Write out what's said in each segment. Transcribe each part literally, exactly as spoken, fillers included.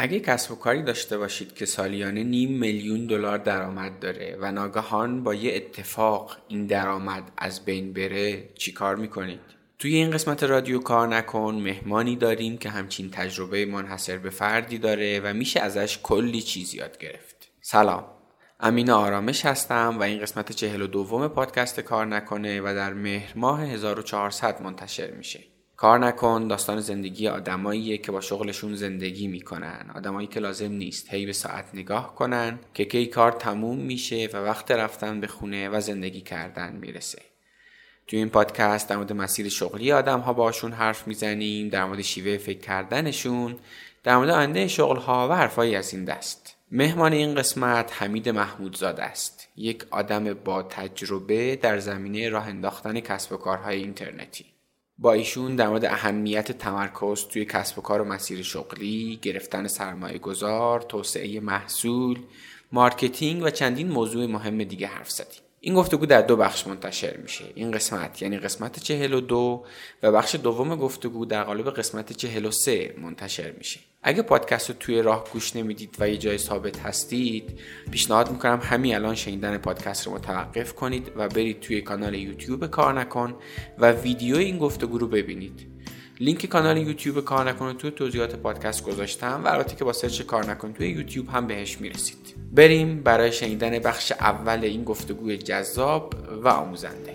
اگه کسب و کاری داشته باشید که سالیانه نیم میلیون دلار درآمد داره و ناگهان با یه اتفاق این درآمد از بین بره، چی کار میکنید؟ توی این قسمت رادیو کار نکن مهمانی داریم که همچین تجربه منحصر به فردی داره و میشه ازش کلی چیز یاد گرفت. سلام، امین آرامش هستم و این قسمت چهل و دوم پادکست کار نکنه و در مهر ماه هزار و چهارصد منتشر میشه. کار نکن داستان زندگی آدماییه که با شغلشون زندگی میکنن، آدمایی که لازم نیست هی به ساعت نگاه کنن که کی کار تموم میشه و وقت رفتن به خونه و زندگی کردن میرسه. توی این پادکست در مورد مسیر شغلی آدم‌ها باشون حرف میزنیم، در مورد شیوه فکر کردنشون، در مورد آینده شغل‌ها و حرفایی از این دست. مهمان این قسمت حمید محمودزاده است، یک آدم با تجربه در زمینه راه انداختن کسب و کارهای اینترنتی. با ایشون در مورد اهمیت تمرکز توی کسب و کار و مسیر شغلی، گرفتن سرمایه گذار، توسعه محصول، مارکتینگ و چندین موضوع مهم دیگه حرف زدیم. این گفتگو در دو بخش منتشر میشه. این قسمت یعنی قسمت چهل و دو و بخش دوم گفتگو در قالب قسمت چهل و سه منتشر میشه. اگه پادکست رو توی راه گوش نمیدید و یه جای ثابت هستید، پیشنهاد میکنم همین الان شنیدن پادکست رو متوقف کنید و برید توی کانال یوتیوب کار نکن و ویدیو این گفتگو رو ببینید. لینک کانال یوتیوب کار نکن رو توی توضیحات پادکست گذاشتم و البته که با سرچ کار نکن توی یوتیوب هم بهش میرسید. بریم برای شنیدن بخش اول این گفتگوی جذاب و آموزنده.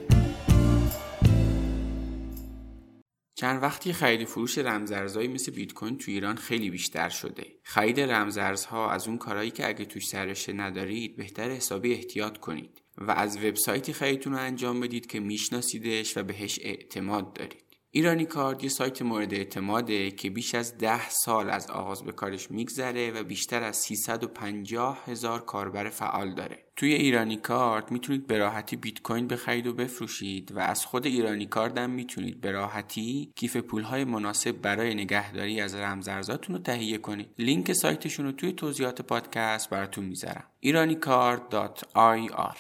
چند وقتی خرید و فروش رمزارزهایی مثل بیت کوین تو ایران خیلی بیشتر شده. خرید رمزارزها از اون کارهایی که اگه توش سررشته ندارید بهتر حسابی احتیاط کنید و از وبسایتی خریدتون رو انجام بدید که میشناسیدش و بهش اعتماد دارید. ایرانی کارد یه سایت مورد اعتماده که بیش از ده سال از آغاز به کارش میگذره و بیشتر از سیصد و پنجاه هزار کاربر فعال داره. توی ایرانی کارد میتونید به راحتی بیت کوین بخرید و بفروشید و از خود ایرانی کارد هم میتونید به راحتی کیف پولهای مناسب برای نگهداری از رمزارزاتون رو تهیه کنید. لینک سایتشون رو توی توضیحات پادکست براتون میذارم. ایرانی کارد دات آی آر.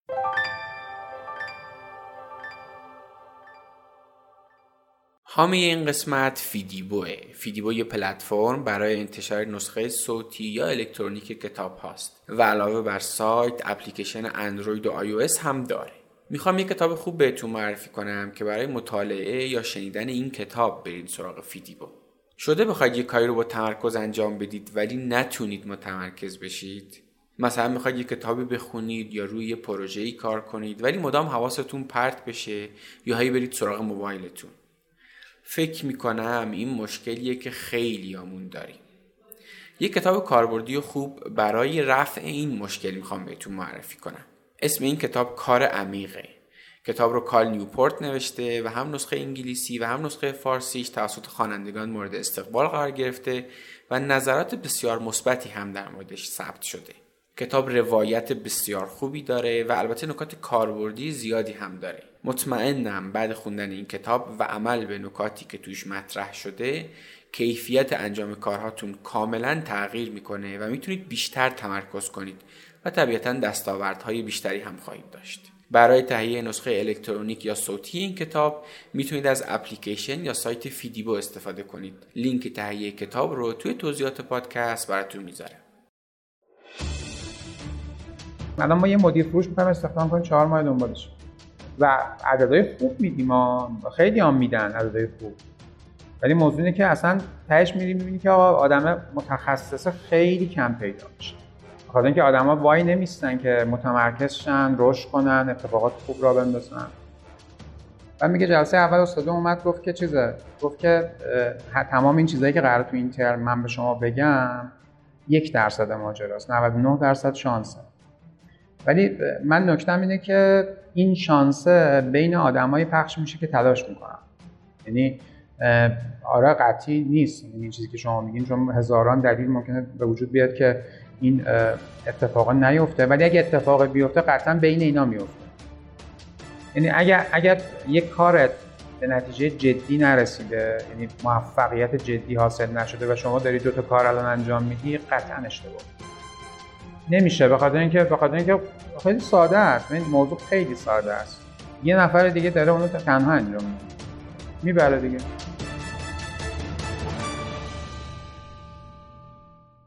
حامی این قسمت فیدیبوه. فیدیبو یه پلتفرم برای انتشار نسخه صوتی یا الکترونیک کتاب هاست و علاوه بر سایت، اپلیکیشن اندروید و آی او اس هم داره. میخوام یه کتاب خوب بهتون معرفی کنم که برای مطالعه یا شنیدن این کتاب برید سراغ فیدیبو. شده بخواید یه کاری رو با تمرکز انجام بدید ولی نتونید متمرکز بشید؟ مثلا میخواید یه کتابی بخونید یا روی یه پروژه‌ای کار کنید ولی مدام حواستون پرت بشه یا هی برید سراغ موبایلتون. فکر میکنم این مشکلیه که خیلی همون داریم. یک کتاب کاربردی و خوب برای رفع این مشکل میخوام بهتون معرفی کنم. اسم این کتاب کار عمیقه. کتاب رو کال نیوپورت نوشته و هم نسخه انگلیسی و هم نسخه فارسیش توسط خوانندگان مورد استقبال قرار گرفته و نظرات بسیار مثبتی هم در موردش ثبت شده. کتاب روایت بسیار خوبی داره و البته نکات کاربردی زیادی هم داره. مطمئنم بعد خوندن این کتاب و عمل به نکاتی که توش مطرح شده کیفیت انجام کارهاتون کاملا تغییر میکنه و میتونید بیشتر تمرکز کنید و طبیعتاً دستاوردهای بیشتری هم خواهید داشت. برای تهیه نسخه الکترونیک یا صوتی این کتاب میتونید از اپلیکیشن یا سایت فیدیبو استفاده کنید. لینک تهیه کتاب رو توی توضیحات پادکست براتون میذارم. الان ما یه مدیر فروش می‌خوایم استخدام کنیم چهار ماه دنبالش و عددهای خوب میدیم، ما خیلی هم میدن عددهای خوب، ولی موضوع اینه که اصلا تهش میریم میبینی که آقا آدم متخصص خیلی کم پیدا میشه. بخاطر اینکه آدما وای نمیستن که متمرکز شن، رشد کنن، اتفاقات خوب را بندازن. بعد میگه جلسه اول استاد اومد گفت که چیزه، گفت که تمام این چیزایی که قراره تو این ترم من به شما بگم یک درصد ماجراست، نود و نه درصد شانسه. ولی من نکتم اینه که این شانسه بین آدمایی پخش میشه که تلاش میکنن. یعنی آره قطعی نیست این چیزی که شما میگین، چون هزاران دلیل ممکنه به وجود بیاد که این اتفاقا نیفته، ولی اگه اتفاقی بیفته قطعا بین اینا میفته. یعنی اگر اگر یک کارت به نتیجه جدی نرسیده، یعنی موفقیت جدی حاصل نشده و شما داری دو تا کار الان انجام میدی، قطعا اشتباه نمیشه. به خاطر اینکه به خاطر اینکه خیلی ساده است. این موضوع خیلی ساده است. یه نفر دیگه داره اونو تنها انجام میده، میبره دیگه.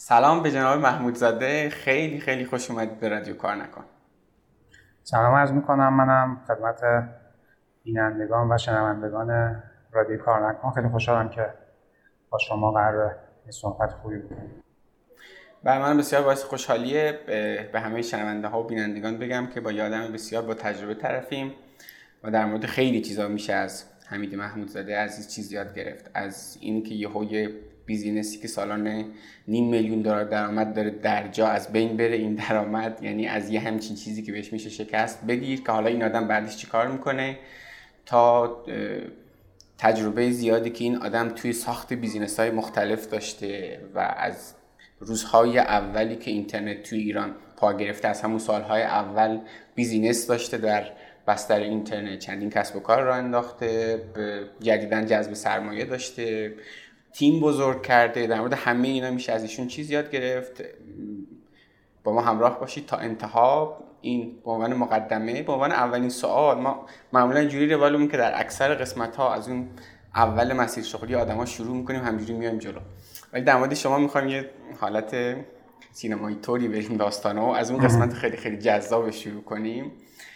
سلام به جناب محمودزاده، خیلی خیلی خوش اومدید به رادیو کار نکن. سلام عرض میکنم. منم خدمت بینندگان و شنوندگان رادیو کار نکن خیلی خوشحالم که با شما قراره صحبت خوبی بکنیم. برای من بسیار باعث خوشحالیه به همه شنونده ها و بینندگان بگم که با یه آدم بسیار با تجربه طرفیم و در مورد خیلی چیزا میشه از حمید محمودزاده عزیز چیز یاد گرفت. از این که یهو یه بیزینسی که سالانه نیم میلیون دلار درآمد داره در جا از بین بره این درآمد، یعنی از یه همچین چیزی که بهش میشه شکست بگیر که حالا این آدم بعدش چی کار میکنه، تا تجربه زیادی که این آدم توی ساخت بیزینس های مختلف داشته و از روزهای اولی که اینترنت توی ایران پا گرفته، از همون سالهای اول بیزینس داشته در بستر اینترنت، چندین کسب و کار را انداخته، جدیداً جذب سرمایه داشته، تیم بزرگ کرده. در مورد همه اینا میشه از ایشون چیز یاد گرفت. با ما همراه باشید تا انتها. این به عنوان مقدمه. به عنوان اولین سوال، ما معمولا اینجوری روالمون که در اکثر قسمت ها از اون اول مسیر شغلی آدما شروع میکنیم همینجوری میایم جلو، ولی در مورد شما میخوایم یه حالت سینمایی طوری بریم داستانا و از اون قسمت خیلی خیلی جذاب شروع کنیم.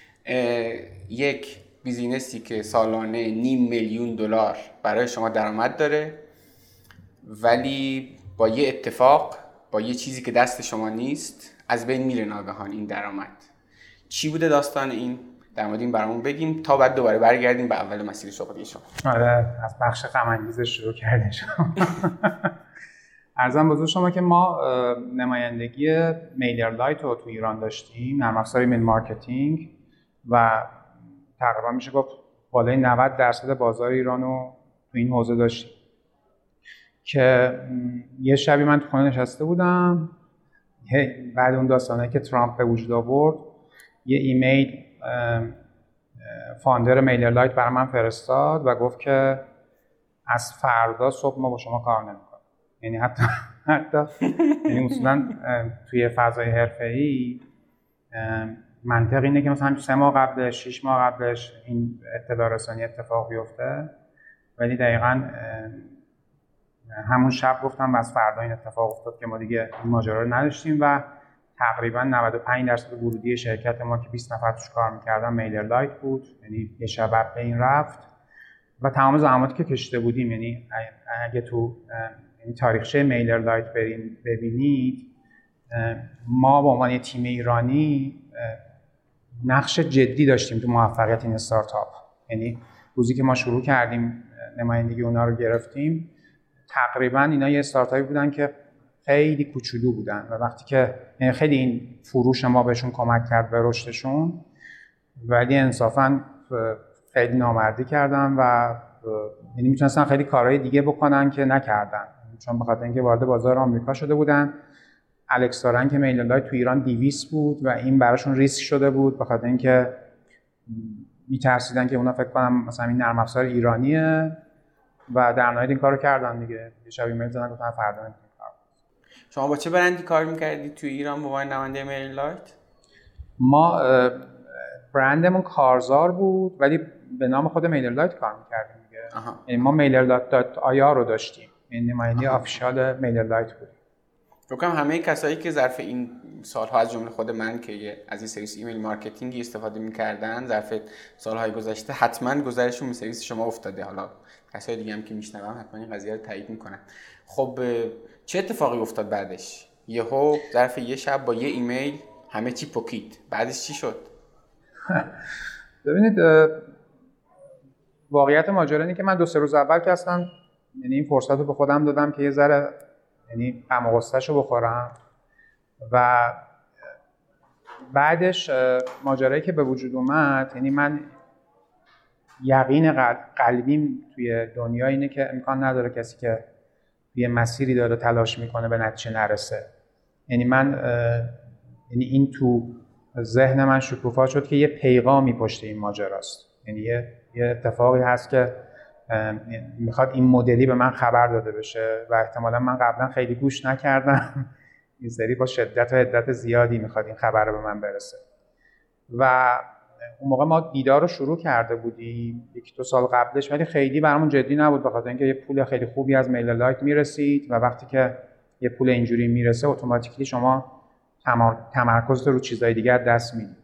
یک بیزینسی که سالانه نیم میلیون دلار برای شما درآمد داره، ولی با یه اتفاق، با یه چیزی که دست شما نیست، از بین میره ناگهان این درآمد. چی بوده داستان این؟ در مورد این برامون بگیم تا بعد دوباره برگردیم به اول مسیر شغلی شما. آره، از بخش غم انگیز شروع کردیم شما. عرضم بزرگ شما که ما نمایندگی میلرلایت رو تو ایران داشتیم، نرم افزار ایمیل مارکتینگ، و تقریبا میشه گفت بالای نود درصد بازار ایران رو تو این حوزه داشتیم. که یه شبی من تو خونه نشسته بودم، بعد اون داستانه که ترامپ به وجود آورد، یه ایمیل فاندر میلرلایت برای من فرستاد و گفت که از فردا صبح ما با شما کار نمی‌کنیم. یعنی حتی حتی یعنی اصولا توی فضای حرفه‌ای منطق اینه که مثلا سه ماه قبلش، شش ماه قبلش این اطلاع رسانی اتفاق بیفته، ولی دقیقاً همون شب گفتم و از فردا این اتفاق افتاد که ما دیگه این ماجرا رو نداشتیم و تقریبا نود و پنج درصد ورودی شرکت ما که بیست نفر توش کار می‌کردن میلرلایت بود. یعنی یه شب به این رفت و تمام زحماتی که کشیده بودیم، یعنی اگه تو یعنی تاریخچه میلرلایت برین ببینید، ما به عنوان تیم ایرانی نقش جدی داشتیم تو موفقیت این استارتاپ. یعنی روزی که ما شروع کردیم نمایندگی اونا رو گرفتیم، تقریبا اینا یه استارتاپی بودن که خیلی کوچولو بودن و وقتی که یعنی خیلی این فروش ما بهشون کمک کرد به رشدشون، ولی انصافاً خیلی نامردی کردن و یعنی میتونستن خیلی کارهای دیگه بکنن که نکردن، چون به خاطر اینکه وارد بازار آمریکا شده بودن. الکس رنک میلرلایت تو ایران دویست بود و این براشون ریسک شده بود، به خاطر اینکه میترسیدن که اونا فکر کنن مثلا این نرم افزار ایرانیه و در نهایت این کارو کردن دیگه. یه شب ایمیل زدن گفتن فردا این کار. شما با چه برندی کار می‌کردید تو ایران به عنوان نماینده میلرلایت؟ ما برندمون کارزار بود ولی به نام خود میلرلایت کار می‌کردیم دیگه. یعنی ما میلرلایت دات آی آر رو داشتیم، یعنی نماینده آفیشیال میلرلایت بود. فکر کنم همه کسایی که ظرف این سال‌ها از جمله خود من که از این سرویس ایمیل مارکتینگی استفاده می‌کردن ظرف سال‌های گذشته، حتما گذرشون به سرویس شما افتاده. حالا کسای دیگه هم که میشنوم حتما این قضیه رو تایید میکنن. خب چه اتفاقی افتاد بعدش؟ یهو ظرف یه شب با یه ایمیل همه چی پوکید. بعدش چی شد؟ ببینید، واقعیت ماجرا اینه که من دو سه روز اول که اصلا یعنی این فرصت رو به خودم دادم که یه ذره یعنی غم و غصه‌شو بخورم و بعدش ماجرایی که به وجود اومد، یعنی من یقین قلبیم توی دنیا اینه که امکان نداره کسی که یه مسیری داره تلاش میکنه به نتیجه نرسه. یعنی من یعنی این تو ذهن من شکوفا شد که یه پیغامی پشت این ماجراست. یعنی یه یه اتفاقی هست که میخواد این مدلی به من خبر داده بشه و احتمالا من قبلا خیلی گوش نکردم. این سری با شدت و حدت زیادی میخواد این خبر رو به من برسه. و اون موقع ما دیدار رو شروع کرده بودیم یک دو سال قبلش، ولی خیلی برامون جدی نبود به خاطر اینکه یه پول خیلی خوبی از میلرلایت میرسید و وقتی که یه پول اینجوری میرسه اتوماتیکلی شما تمرکز رو چیزای دیگه از دست میدید.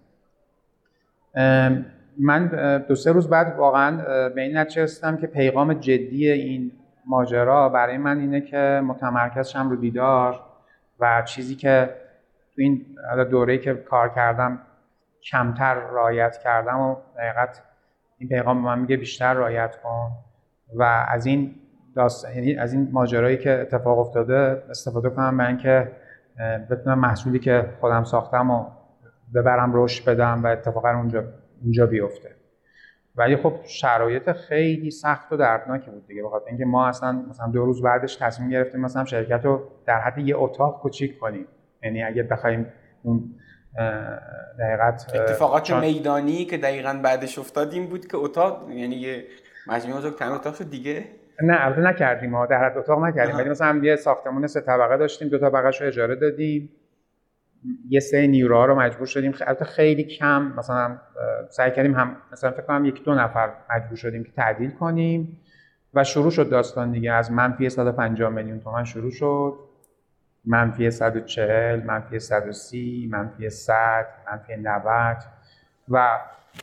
من دو سه روز بعد واقعا به این نتیجه رسیدم که پیغام جدی این ماجرا برای من اینه که متمرکز شم رو دیدار و چیزی که تو این دوره‌ای که کار کردم کمتر رعایت کردم و حقیقت این پیغام به من میگه بیشتر رعایت کن و از این داستان، یعنی از این ماجرایی که اتفاق افتاده استفاده کنم برای اینکه بتونم محصولی که خودم ساختم و ببرم رشد بدم و اتفاقا اونجا اونجا بیفته. ولی خب شرایط خیلی سخت و دردناکی بود دیگه، بخاطر اینکه ما اصلا مثلا دو روز بعدش تصمیم گرفتیم مثلا شرکت رو در حد یه اتاق کوچیک کنیم. یعنی اگه بخوایم اون دقیقاً اتفاقات چون... میدانی که دقیقاً بعدش افتاد این بود که اتاق، یعنی یه مجموعه اتاق تن اتاق شد دیگه. نه البته نکردیم، ما در حد اتاق نکردیم، ولی مثلا یه ساختمون سه طبقه داشتیم، دو طبقه‌اش رو اجاره دادیم، یه سری نیروها رو مجبور شدیم البته خیلی کم مثلا سعی کردیم هم مثلا فکر کنم یک دو نفر مجبور شدیم که تعدیل کنیم و شروع شد داستان دیگه. از منفی صد و پنجاه میلیون تومان شروع شد، منفی صد و چهل، منفی صد و سی، منفی صد، منفی نود و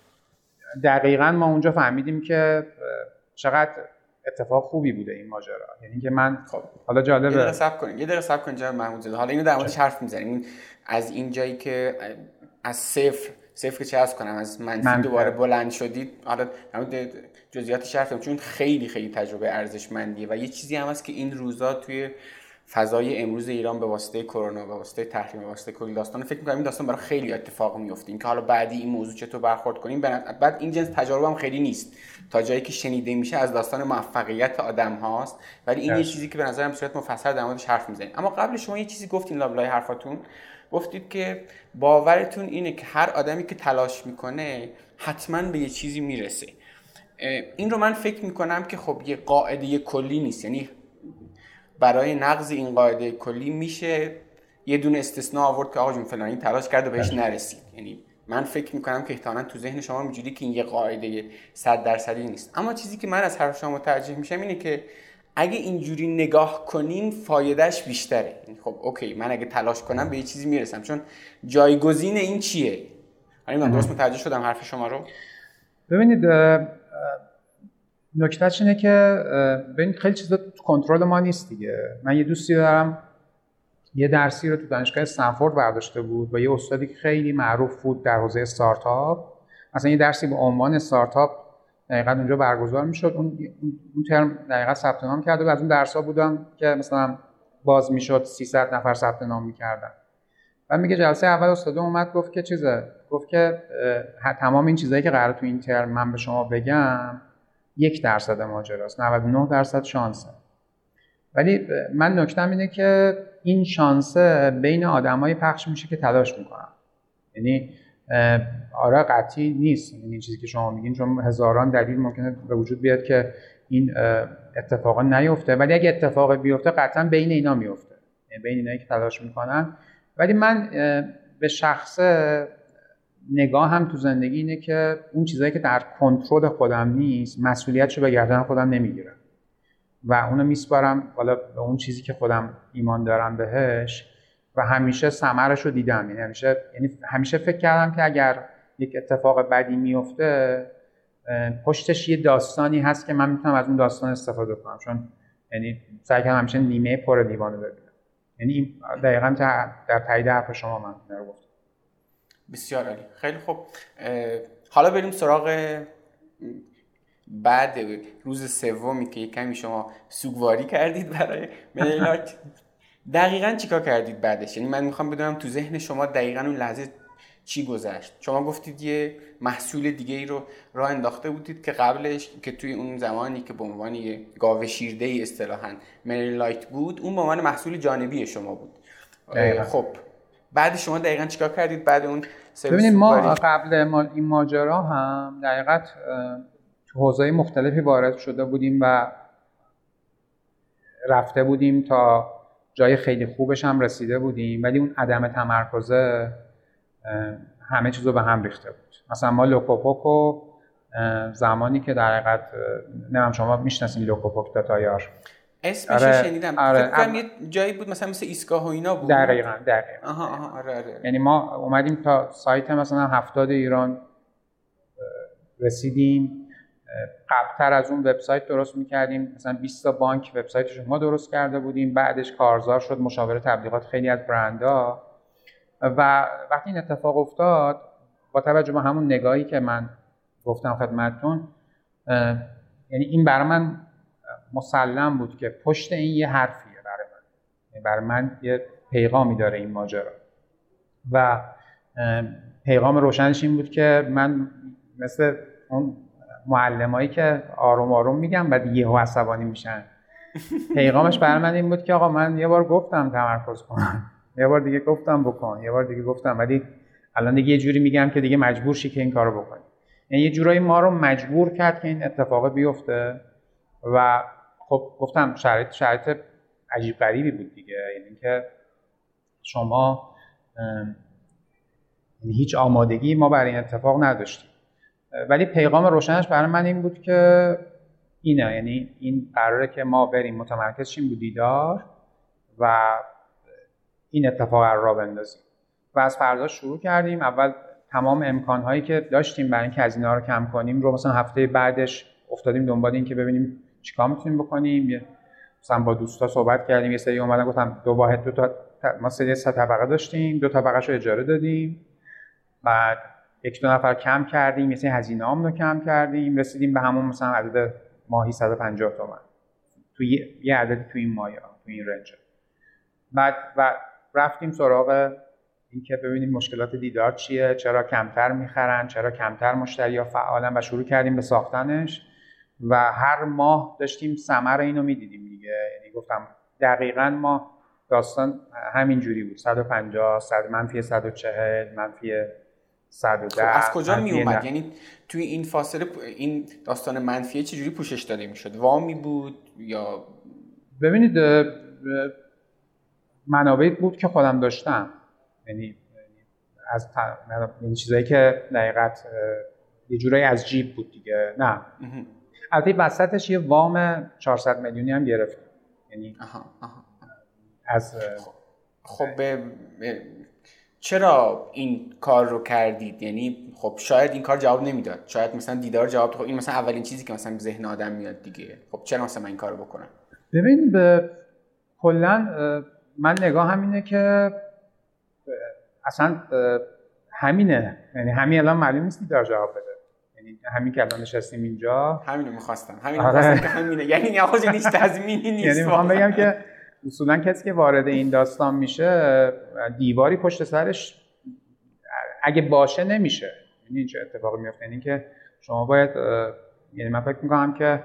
دقیقاً ما اونجا فهمیدیم که چقدر اتفاق خوبی بوده این ماجرا. یعنی که من خب حالا جالبه یه دقیقه صبر کنید یه دقیقه صبر کنید جناب محمود زاده، حالا اینو در موردش حرف می‌زنیم. از این جایی که از صفر صفر که چه از کنم از منفی من دوباره بلند شدید، حالا در مورد جزئیاتش حرف می‌زنم چون خیلی خیلی تجربه ارزشمندیه و یه چیزی هم هست که این روزا توی فضای امروز ایران به واسطه کرونا به واسطه تحریم به واسطه کلی داستان فکر می‌کنم این داستان برای خیلی اتفاق میفته. این که حالا بعدی این موضوع چطور برخورد کنیم، بعد این جنس تجربه هم خیلی نیست تا جایی که شنیده میشه از داستان موفقیت آدم هاست، ولی این یه چیزی که به نظرم صورت مفصل در موردش حرف میزنیم. اما قبل شما یه چیزی گفتین لابلای حرفاتون، گفتید که باورتون اینه که هر آدمی که تلاش میکنه حتما به یه چیزی میرسه. این رو من فکر میکنم که خب یه قاعده کلی نیست، یعنی برای نقض این قاعده کلی میشه یه دونه استثناء آورد که آقا جون فلانی تلاش کرد و بهش نرسید. یعنی من فکر میکنم که احتمالاً تو ذهن شما میجوری که این یه قاعده صد درصدی نیست. اما چیزی که من از حرف شما متوجه میشم اینه که اگه اینجوری نگاه کنیم فایدهش بیشتره. یعنی خب اوکی من اگه تلاش کنم به یه چیزی میرسم، چون جایگزین این چیه؟ یعنی من درست متوجه شدم حرف شما رو؟ ببینید نکتهش اینه که ببینید خیلی چیزا تو کنترل ما نیست دیگه. من یه دوستی دارم یه درسی رو تو دانشگاه استنفورد برداشته بود و یه استادی که خیلی معروف بود در حوزه استارتاپ، مثلا یه درسی به عنوان استارتاپ دقیقاً اونجا برگزار میشد. اون اون ترم دقیقاً ثبت نام کرده و از اون درس‌ها بودم که مثلا باز میشد سیصد نفر ثبت نام می‌کردن. بعد میگه جلسه اول استاد اومد گفت که چیزه، گفت که تمام این چیزایی که قراره تو این ترم من به شما بگم یک درصد ماجراست، نود و نه درصد شانسه. ولی من نکتم اینه که این شانسه بین آدمایی پخش میشه که تلاش میکنن. یعنی آره قطعی نیست این چیزی که شما میگین، چون هزاران دلیل ممکنه به وجود بیاد که این اتفاقا نیفته، ولی اگه اتفاقی بیفته قطعا بین اینا میفته، یعنی بین اینایی که تلاش میکنن. ولی من به شخص نگاه هم تو زندگی اینه که اون چیزایی که در کنترل خودم نیست مسئولیتشو به گردن خودم نمیگیرم و اونو میسپارم والا به اون چیزی که خودم ایمان دارم بهش و همیشه ثمرش رو دیدم. یعنی همیشه یعنی همیشه فکر کردم که اگر یک اتفاق بدی میفته پشتش یه داستانی هست که من میتونم از اون داستان استفاده کنم، چون یعنی سعی کردم همیشه نیمه پر لیوانو ببینم. یعنی دقیقاً در تایید حرف شما من رو گفتم. بسیار عالی، خیلی خوب. حالا بریم سراغ بعد روز سومی که کمی شما سوگواری کردید برای ملیلایت. دقیقاً چیکار کردید بعدش؟ یعنی من میخوام بدونم تو ذهن شما دقیقاً اون لحظه چی گذشت. شما گفتید یه محصول دیگه ای رو راه انداخته بودید که قبلش که توی اون زمانی که به عنوان یه گاو شیرده ای اصطلاحاً ملیلایت بود، اون به عنوان محصول جانبی شما بود. خب بعد شما دقیقاً چیکار کردید بعد اون سرویس؟ ببینید ما قبل ما این ماجرا هم دقیقاً تو حوزه‌های مختلفی وارد شده بودیم و رفته بودیم تا جای خیلی خوبش هم رسیده بودیم، ولی اون عدم تمرکزه همه چیزو به هم ریخته بود. مثلا ما لوکوپوکو زمانی که در حقیقت نمیدونم شما میشناسین لوکوپوک داتایار؟ اسمش آره، شنیدم. آره. فکر کنم یه جایی بود مثلا مثل ایستگاه و اینا بود. دقیقاً دقیقاً. آها آها آره آره. یعنی ما اومدیم تا سایت مثلا هفتاد ایران رسیدیم. قبلتر از اون وبسایت درست می‌کردیم، مثلا بیست تا بانک وبسایتشون ما درست کرده بودیم. بعدش کارزار شد مشاور تبلیغات خیلی از برندها. و وقتی این اتفاق افتاد، با توجه به همون نگاهی که من گفتم خدمتتون، یعنی این برای من مسلم بود که پشت این یه حرفیه برای من، یعنی برای من یه پیغامی داره این ماجرا. و پیغام روشنش این بود که من مثل اون معلمایی که آروم آروم میگم بعد یهو عصبانی میشن، پیغامش برای من این بود که آقا من یه بار گفتم تمرکز کن، یه بار دیگه گفتم بکن، یه بار دیگه گفتم، ولی الان دیگه یه جوری میگم که دیگه مجبور شی که این کارو بکنی. یعنی یه جورایی ما رو مجبور کرد که این اتفاق بیفته. و خب گفتم شرایط شرایط عجیب غریبی بود دیگه، یعنی که شما یعنی هیچ آمادگی ما برای این اتفاق نداشتیم. ولی پیغام روشنش برای من این بود که اینه، یعنی این قراره که ما بریم متمرکز شیم رو دیدار و این اتفاق رو راه بندازیم. و از فردا شروع کردیم. اول تمام امکانهایی که داشتیم برای اینکه هزینه‌ها رو کم کنیم رو مثلا هفته بعدش افتادیم دنبال این که ببینیم چیکار میتونیم بکنیم. مثلا با دوستا صحبت کردیم، یه سری اومدن گفتم دو واحد دو تا ما سری سه طبقه داشتیم، دو طبقه‌شو اجاره دادیم. بعد یک دو نفر کم کردیم، مثلا هزینه‌هامون رو کم کردیم، رسیدیم به همون مثلا عدد ماهی صد و پنجاه تومان تو یه, یه عددی تو این مایا تو این رنج. بعد و رفتیم سراغ این که ببینیم مشکلات دیدار چیه، چرا کمتر میخرن، چرا کمتر مشتری‌ها فعالن، و شروع کردیم به ساختنش. و هر ماه داشتیم ثمر اینو میدیدیم دیگه. یعنی گفتم دقیقاً ما داستان همین جوری بود، صد و پنجاه، صد منفی صد و چهل، منفی صد و ده. خب از کجا می اومد؟ یعنی توی این فاصله این داستان منفیه چجوری پوشش داده میشد؟ وامی بود یا ببینید منابعی بود که خودم داشتم، یعنی از این چیزایی که دقیقاً یه جورایی از جیب بود دیگه. نه البته وسطش یه وام چهارصد میلیونی هم گرفتیم. یعنی آها آها از خب به چرا این کار رو کردید؟ یعنی خب شاید این کار جواب نمیداد، شاید مثلا دیدار جواب. خب این مثلا اولین چیزی که مثلا به ذهن آدم میاد دیگه. خب چرا مثلا من این کارو بکنم؟ ببین به کلا من نگاه همینه که اصلا همینه، یعنی همین الان معلوم نیست دیدار جواب بده. یعنی همین که الان نشستیم اینجا همینو می‌خواستم همینو می‌خواستم که همینه. یعنی آخه هیچ تضمینی نیست. یعنی میخوام بگم که اصولا کسی که وارد این داستان میشه دیواری پشت سرش اگه باشه نمیشه. یعنی چه اتفاقی میفته؟ یعنی که شما باید، یعنی من فکر میکنم که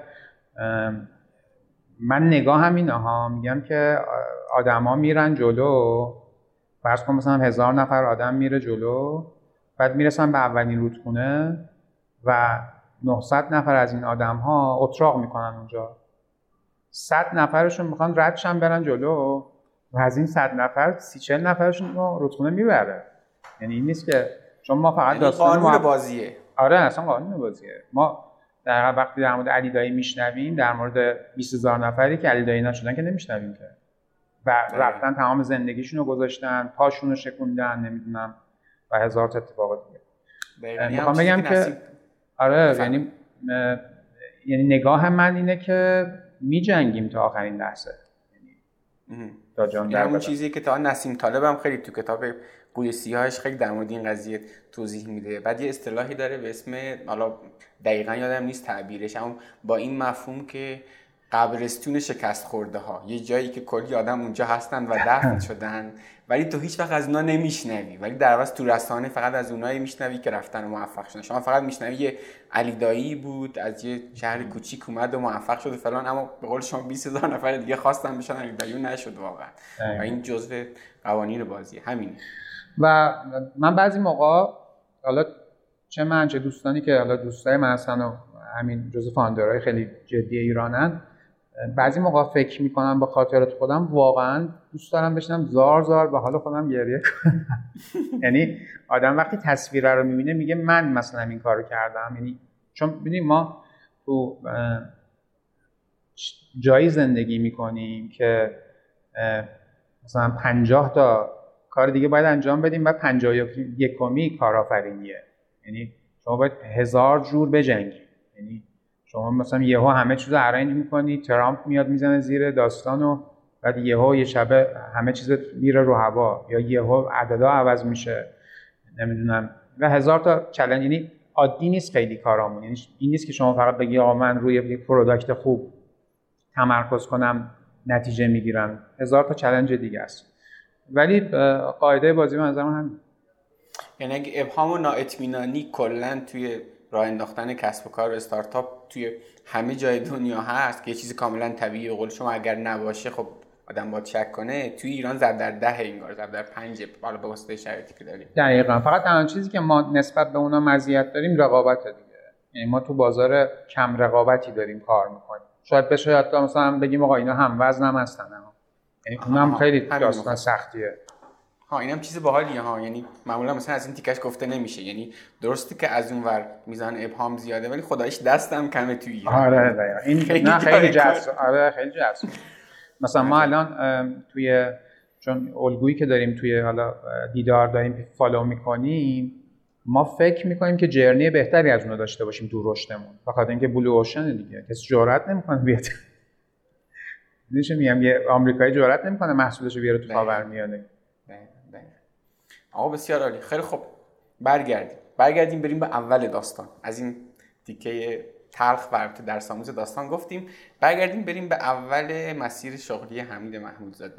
من نگاه همینه ها، میگم که آدما میرن جلو، فرض کن مثلا هزار نفر آدم میره جلو، بعد میرسن به اولین رودخونه و نهصد نفر از این آدم ها اتراق میکنن اونجا. صد نفرشون میخوان ردشن برن جلو و از این صد نفر سی چهل نفرشون رو رودخونه میبره. یعنی این نیست که چون ما فقط داستان قانون ما... بازیه. آره اصلا قانون بازیه. ما در وقتی در مورد علی دایی میشنویم، در مورد بیست هزار نفری که علی دایی نشدن که نمیشنویم که و رفتن تمام زندگیشون رو گذاشتن، پاشون رو شکوندن، نمیدونم و هزار تا اتفاق دیگه. میخوام بگم که نصیب... آره بفهم. یعنی م... یعنی نگاه من اینه که میجنگیم تا آخرین لحظه. یعنی تا جان در همون چیزی که تا نسیم طالب هم خیلی تو کتاب گوی سیاهش خیلی در مورد این قضیه توضیح میده. بعد یه اصطلاحی داره به اسم، حالا دقیقاً یادم نیست تعبیرش، اما با این مفهوم که قبرستون شکست خورده ها، یه جایی که کلی آدم اونجا هستن و دفن شدن ولی تو هیچ وقت از اونا نمیشنوی، ولی در واقع تو رسانه فقط از اونایی میشنوی که رفتن و موفق شدن. شما فقط میشنوی یه علی دایی بود از یه شهر کوچیک اومد و موفق شد و فلان، اما به قول شما بیست هزار نفر دیگه خواستن بشن علی دایی نشد واقعا. و این جزء قوانین بازیه همینه. و من بعضی موقع حالا چه من چه دوستانی که حالا دوستای من هستن و همین جزء فاوندرهای خیلی جدی ایرانن، بعضی موقع فکر میکنم با خاطرات خودم واقعا دوست دارم بشینم زار زار به حال خودم گریه کنم. یعنی آدم وقتی تصویر رو میبینه میگه من مثلا این کارو کردم. یعنی چون ببینید ما تو جایی زندگی میکنیم که مثلا پنجاه تا کار دیگه باید انجام بدیم و پنجاه و یکمی کارآفرینیه. یعنی شما باید هزار جور بجنگی. یعنی شما مثلا یهو همه چیزو ارنج میکنی، ترامپ میاد میزنه زیر داستانو، بعد یهو یه شب همه چیز میره رو هوا، یا یهو عددا عوض میشه، نمیدونم، و هزار تا چالش. یعنی عادی نیست خیلی کارامون. یعنی این نیست که شما فقط بگی آقا من روی یک پروداکت خوب تمرکز کنم نتیجه میگیرم. هزار تا چالش دیگه است. ولی قاعده بازی من نظرم همین. یعنی اگه ابهام و نااطمینانی کلا توی راه انداختن کسب و کار و استارتاپ توی همه جای دنیا هست که یه چیزی کاملا طبیعیه، به قول شما اگر نباشه خب آدم باید شک کنه، توی ایران ضرب در ده انگار، ضرب در پنج، بالا به واسطه شرایطی که داریم. دقیقاً. فقط تنها چیزی که ما نسبت به اونا مزیت داریم رقابت دیگه. یعنی ما تو بازار کم رقابتی داریم کار میکنیم. شاید بشه حتی مثلا بگیم آقا اینا هم وزن هم هستن، یعنی اونم خیلی داستان سختیه. ها اینم چیز باحالیه ها. یعنی معمولا مثلا از این تیکش گفته نمیشه. یعنی درسته که از اون ور میزان ابهام زیاده ولی خداییش دستم کمه توی ایران. آره دقیقاً. این خیلی نه خیلی جذاب. آره خیلی جذاب. مثلا ما الان توی چون الگویی که داریم توی حالا دیدار داریم فالو میکنیم، ما فکر میکنیم که جرنی بهتری از اونو داشته باشیم تو رشدمون، بخاطر اینکه بلو اوشن دیگه کسی جرئت نمیکنه بیاد. میشه میگم یه آمریکایی جرئت نمیکنه محصولشو بیاره تو خاورمیانه. آقا بسیار عالی. خیلی خوب، برگردیم برگردیم بریم به اول داستان. از این تیکه تلخ و البته درس آموز داستان گفتیم، برگردیم بریم به اول مسیر شغلی حمید محمودزاده.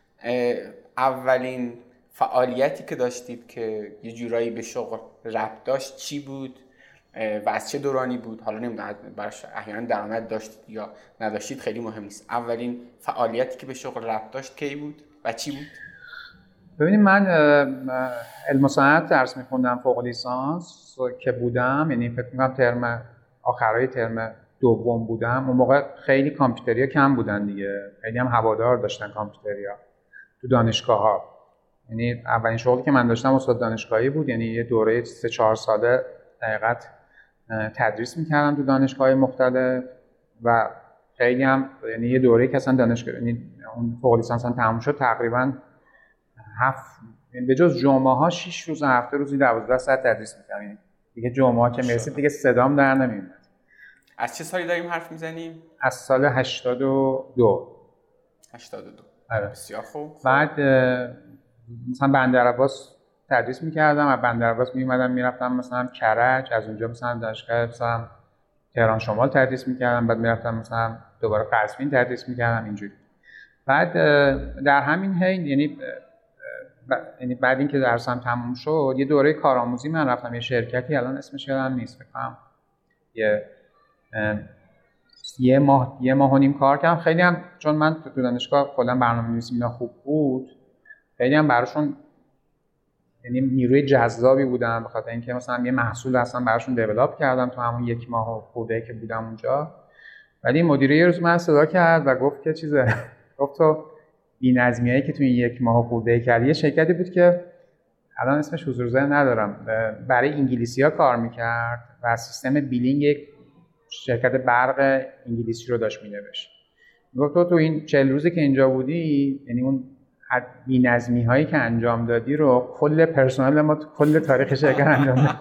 اولین فعالیتی که داشتید که یه جورایی به شغل ربط داشت چی بود و از چه دورانی بود؟ حالا نمیدونم براش احیانا درآمد داشتید یا نداشتید، خیلی مهم نیست. اولین فعالیتی که به شغل ربط داشت کی بود و چی بود؟ ببینید من علم و صنعت درس می‌خوندم فوق لیسانس که بودم، یعنی فکر می‌کنم ترم آخرای ترم دوم بودم. اون موقع خیلی کامپیوتریا کم بودن دیگه، خیلی هم هوادار داشتن کامپیوتریا تو دانشگاه‌ها. یعنی اولین شغلی که من داشتم استاد دانشگاهی بود، یعنی یه دوره سه چهار ساله دقیقاً تدریس می‌کردم تو دانشگاه‌های مختلف و خیلی هم یعنی یه دوره‌ای که اصلا دانشگاه یعنی اون فوق لیسانس هم تموم شد تقریباً هفت یعنی به جز جمعه‌ها شش روز هفته روزی دوازده ساعت تدریس می‌کردم. دیگه جمعه‌ها که میرسید دیگه صدام در نمیومد. از چه سالی داریم حرف میزنیم؟ از سال هشتاد و دو. هشتاد و دو. آره. بسیار خوب. بعد مثلا بندرعباس تدریس می‌کردم، از بندرعباس میومدم میرفتم مثلا کرج، از اونجا مثلا دانشگاه مثلا تهران شمال تدریس می‌کردم، بعد میرفتم مثلا دوباره قزوین تدریس می‌کردم اینجوری. بعد در همین حین یعنی یعنی بعد اینکه درسم تموم شد یه دوره کارآموزی من رفتم یه شرکتی، الان اسمش یادم نیست، فکر کنم یه یه ماه یه ماه و نیم کار کردم. خیلی هم چون من تو دانشگاه کلا برنامه‌نویسی اینا خوب بود، خیلی هم براشون یعنی نیروی جذابی بودم، بخاطر اینکه مثلا یه محصول اصلا براشون دیولپ کردم تو همون یک ماه و خورده که بودم اونجا. ولی مدیر یه روز من صدا کرد و گفت که چیزه گفت تو بی‌نظمیایی که تو این یک ماه خورده کردی، یه شرکتی بود که الان اسمش حضور ذهن ندارم، برای انگلیسی‌ها کار می‌کرد و سیستم بیلینگ یک شرکت برق انگلیسی رو داشت می‌نوشت. گفت تو تو این چهل روزی که اینجا بودی، یعنی اون بی‌نظمی‌هایی که انجام دادی رو کل پرسنل ما تو کل تاریخ شرکت انجام داد.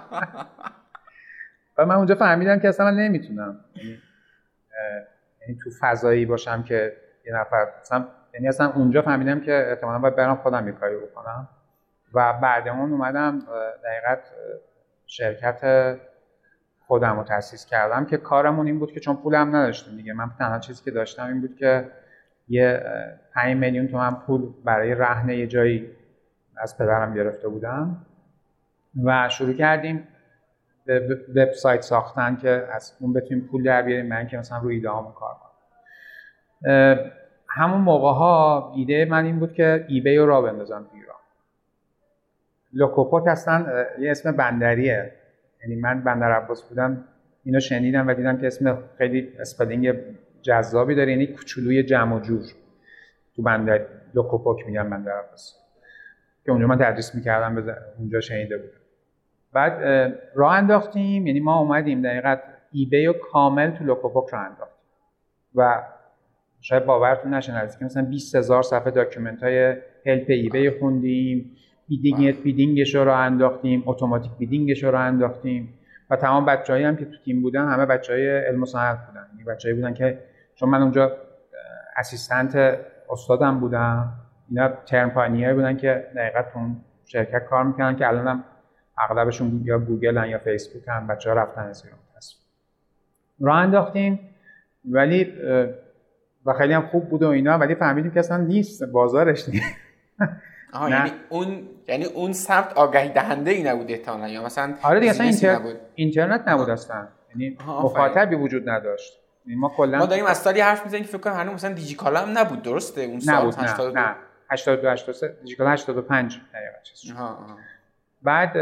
و من اونجا فهمیدم که اصلا من نمیتونم یعنی یعنی تو فضایی باشم که یه نفر مثلا، یعنی اصلا اونجا فهمیدم که احتمالاً باید برام خودم یه کاری بکنم و بعدمون اومدم دقیقاً شرکت خودم رو تأسیس کردم که کارمون این بود که چون پولم نداشتیم دیگه، من تنها چیزی که داشتم این بود که یه پنج میلیون تومان پول برای رهن یه جایی از پدرم گرفته بودم و شروع کردیم وبسایت ساختن که از اون بتونیم پول در بیاریم، من که مثلا روی ایده هامون کار کنم. همون موقع ها ایده من این بود که ایبی رو راه بندازم تو ایران. لوکوپوک اصلا یه اسم بندریه، یعنی من بندرعباس بودم اینو شنیدم و دیدم که اسم خیلی اسپلینگ جذابی داره، یعنی کوچولوی جمع و جور. تو بندر لوکوپوک میگن بندرعباس که اونجا من تدریس میکردم، اونجا شنیده بودم. بعد راه انداختیم، یعنی ما اومدیم دقیقاً ایبی رو کامل تو لوکوپوک راه انداختیم. و شاید باورتون نشه نزدیک مثلا بیست هزار صفحه داکیومنت های هلپ ایبی خوندیم، بیدینگ بیدینگش رو انداختیم، اتوماتیک بیدینگش رو انداختیم و تمام بچه‌هایی هم که تو تیم بودن همه بچه‌های علم و صنعت بودن. یعنی بچه‌ای بودن که چون من اونجا اسیستنت استادم بودم، اینا ترم پایینی‌ها بودن که دقیقاً تو شرکت کار می‌کردن که الانم اغلبشون یا گوگلن یا فیسبوک هم، بچه‌ها رفتن از ایران راه انداختیم. ولی و خیلی هم خوب بود و اینا، ولی فهمیدیم که اصلا نیست، بازارش نیست. آها یعنی اون یعنی اون سمت آگهی دهنده ای نبود احتمالاً، یا مثلا آره دیگه اصلا اینتر... نبود. اینترنت نبود اصلا، یعنی مخاطبی وجود نداشت. یعنی ما کلا ما داریم از سالی حرف میزنیم که فکر کنم هنوز مثلا دیجیکالا هم نبود، درسته اون سال؟ نبود. هشتاد و دو نه هشتاد و دو هشتاد و سه دیجیکالا هشتاد و پنج دقیقاً چیز. ها ها. بعد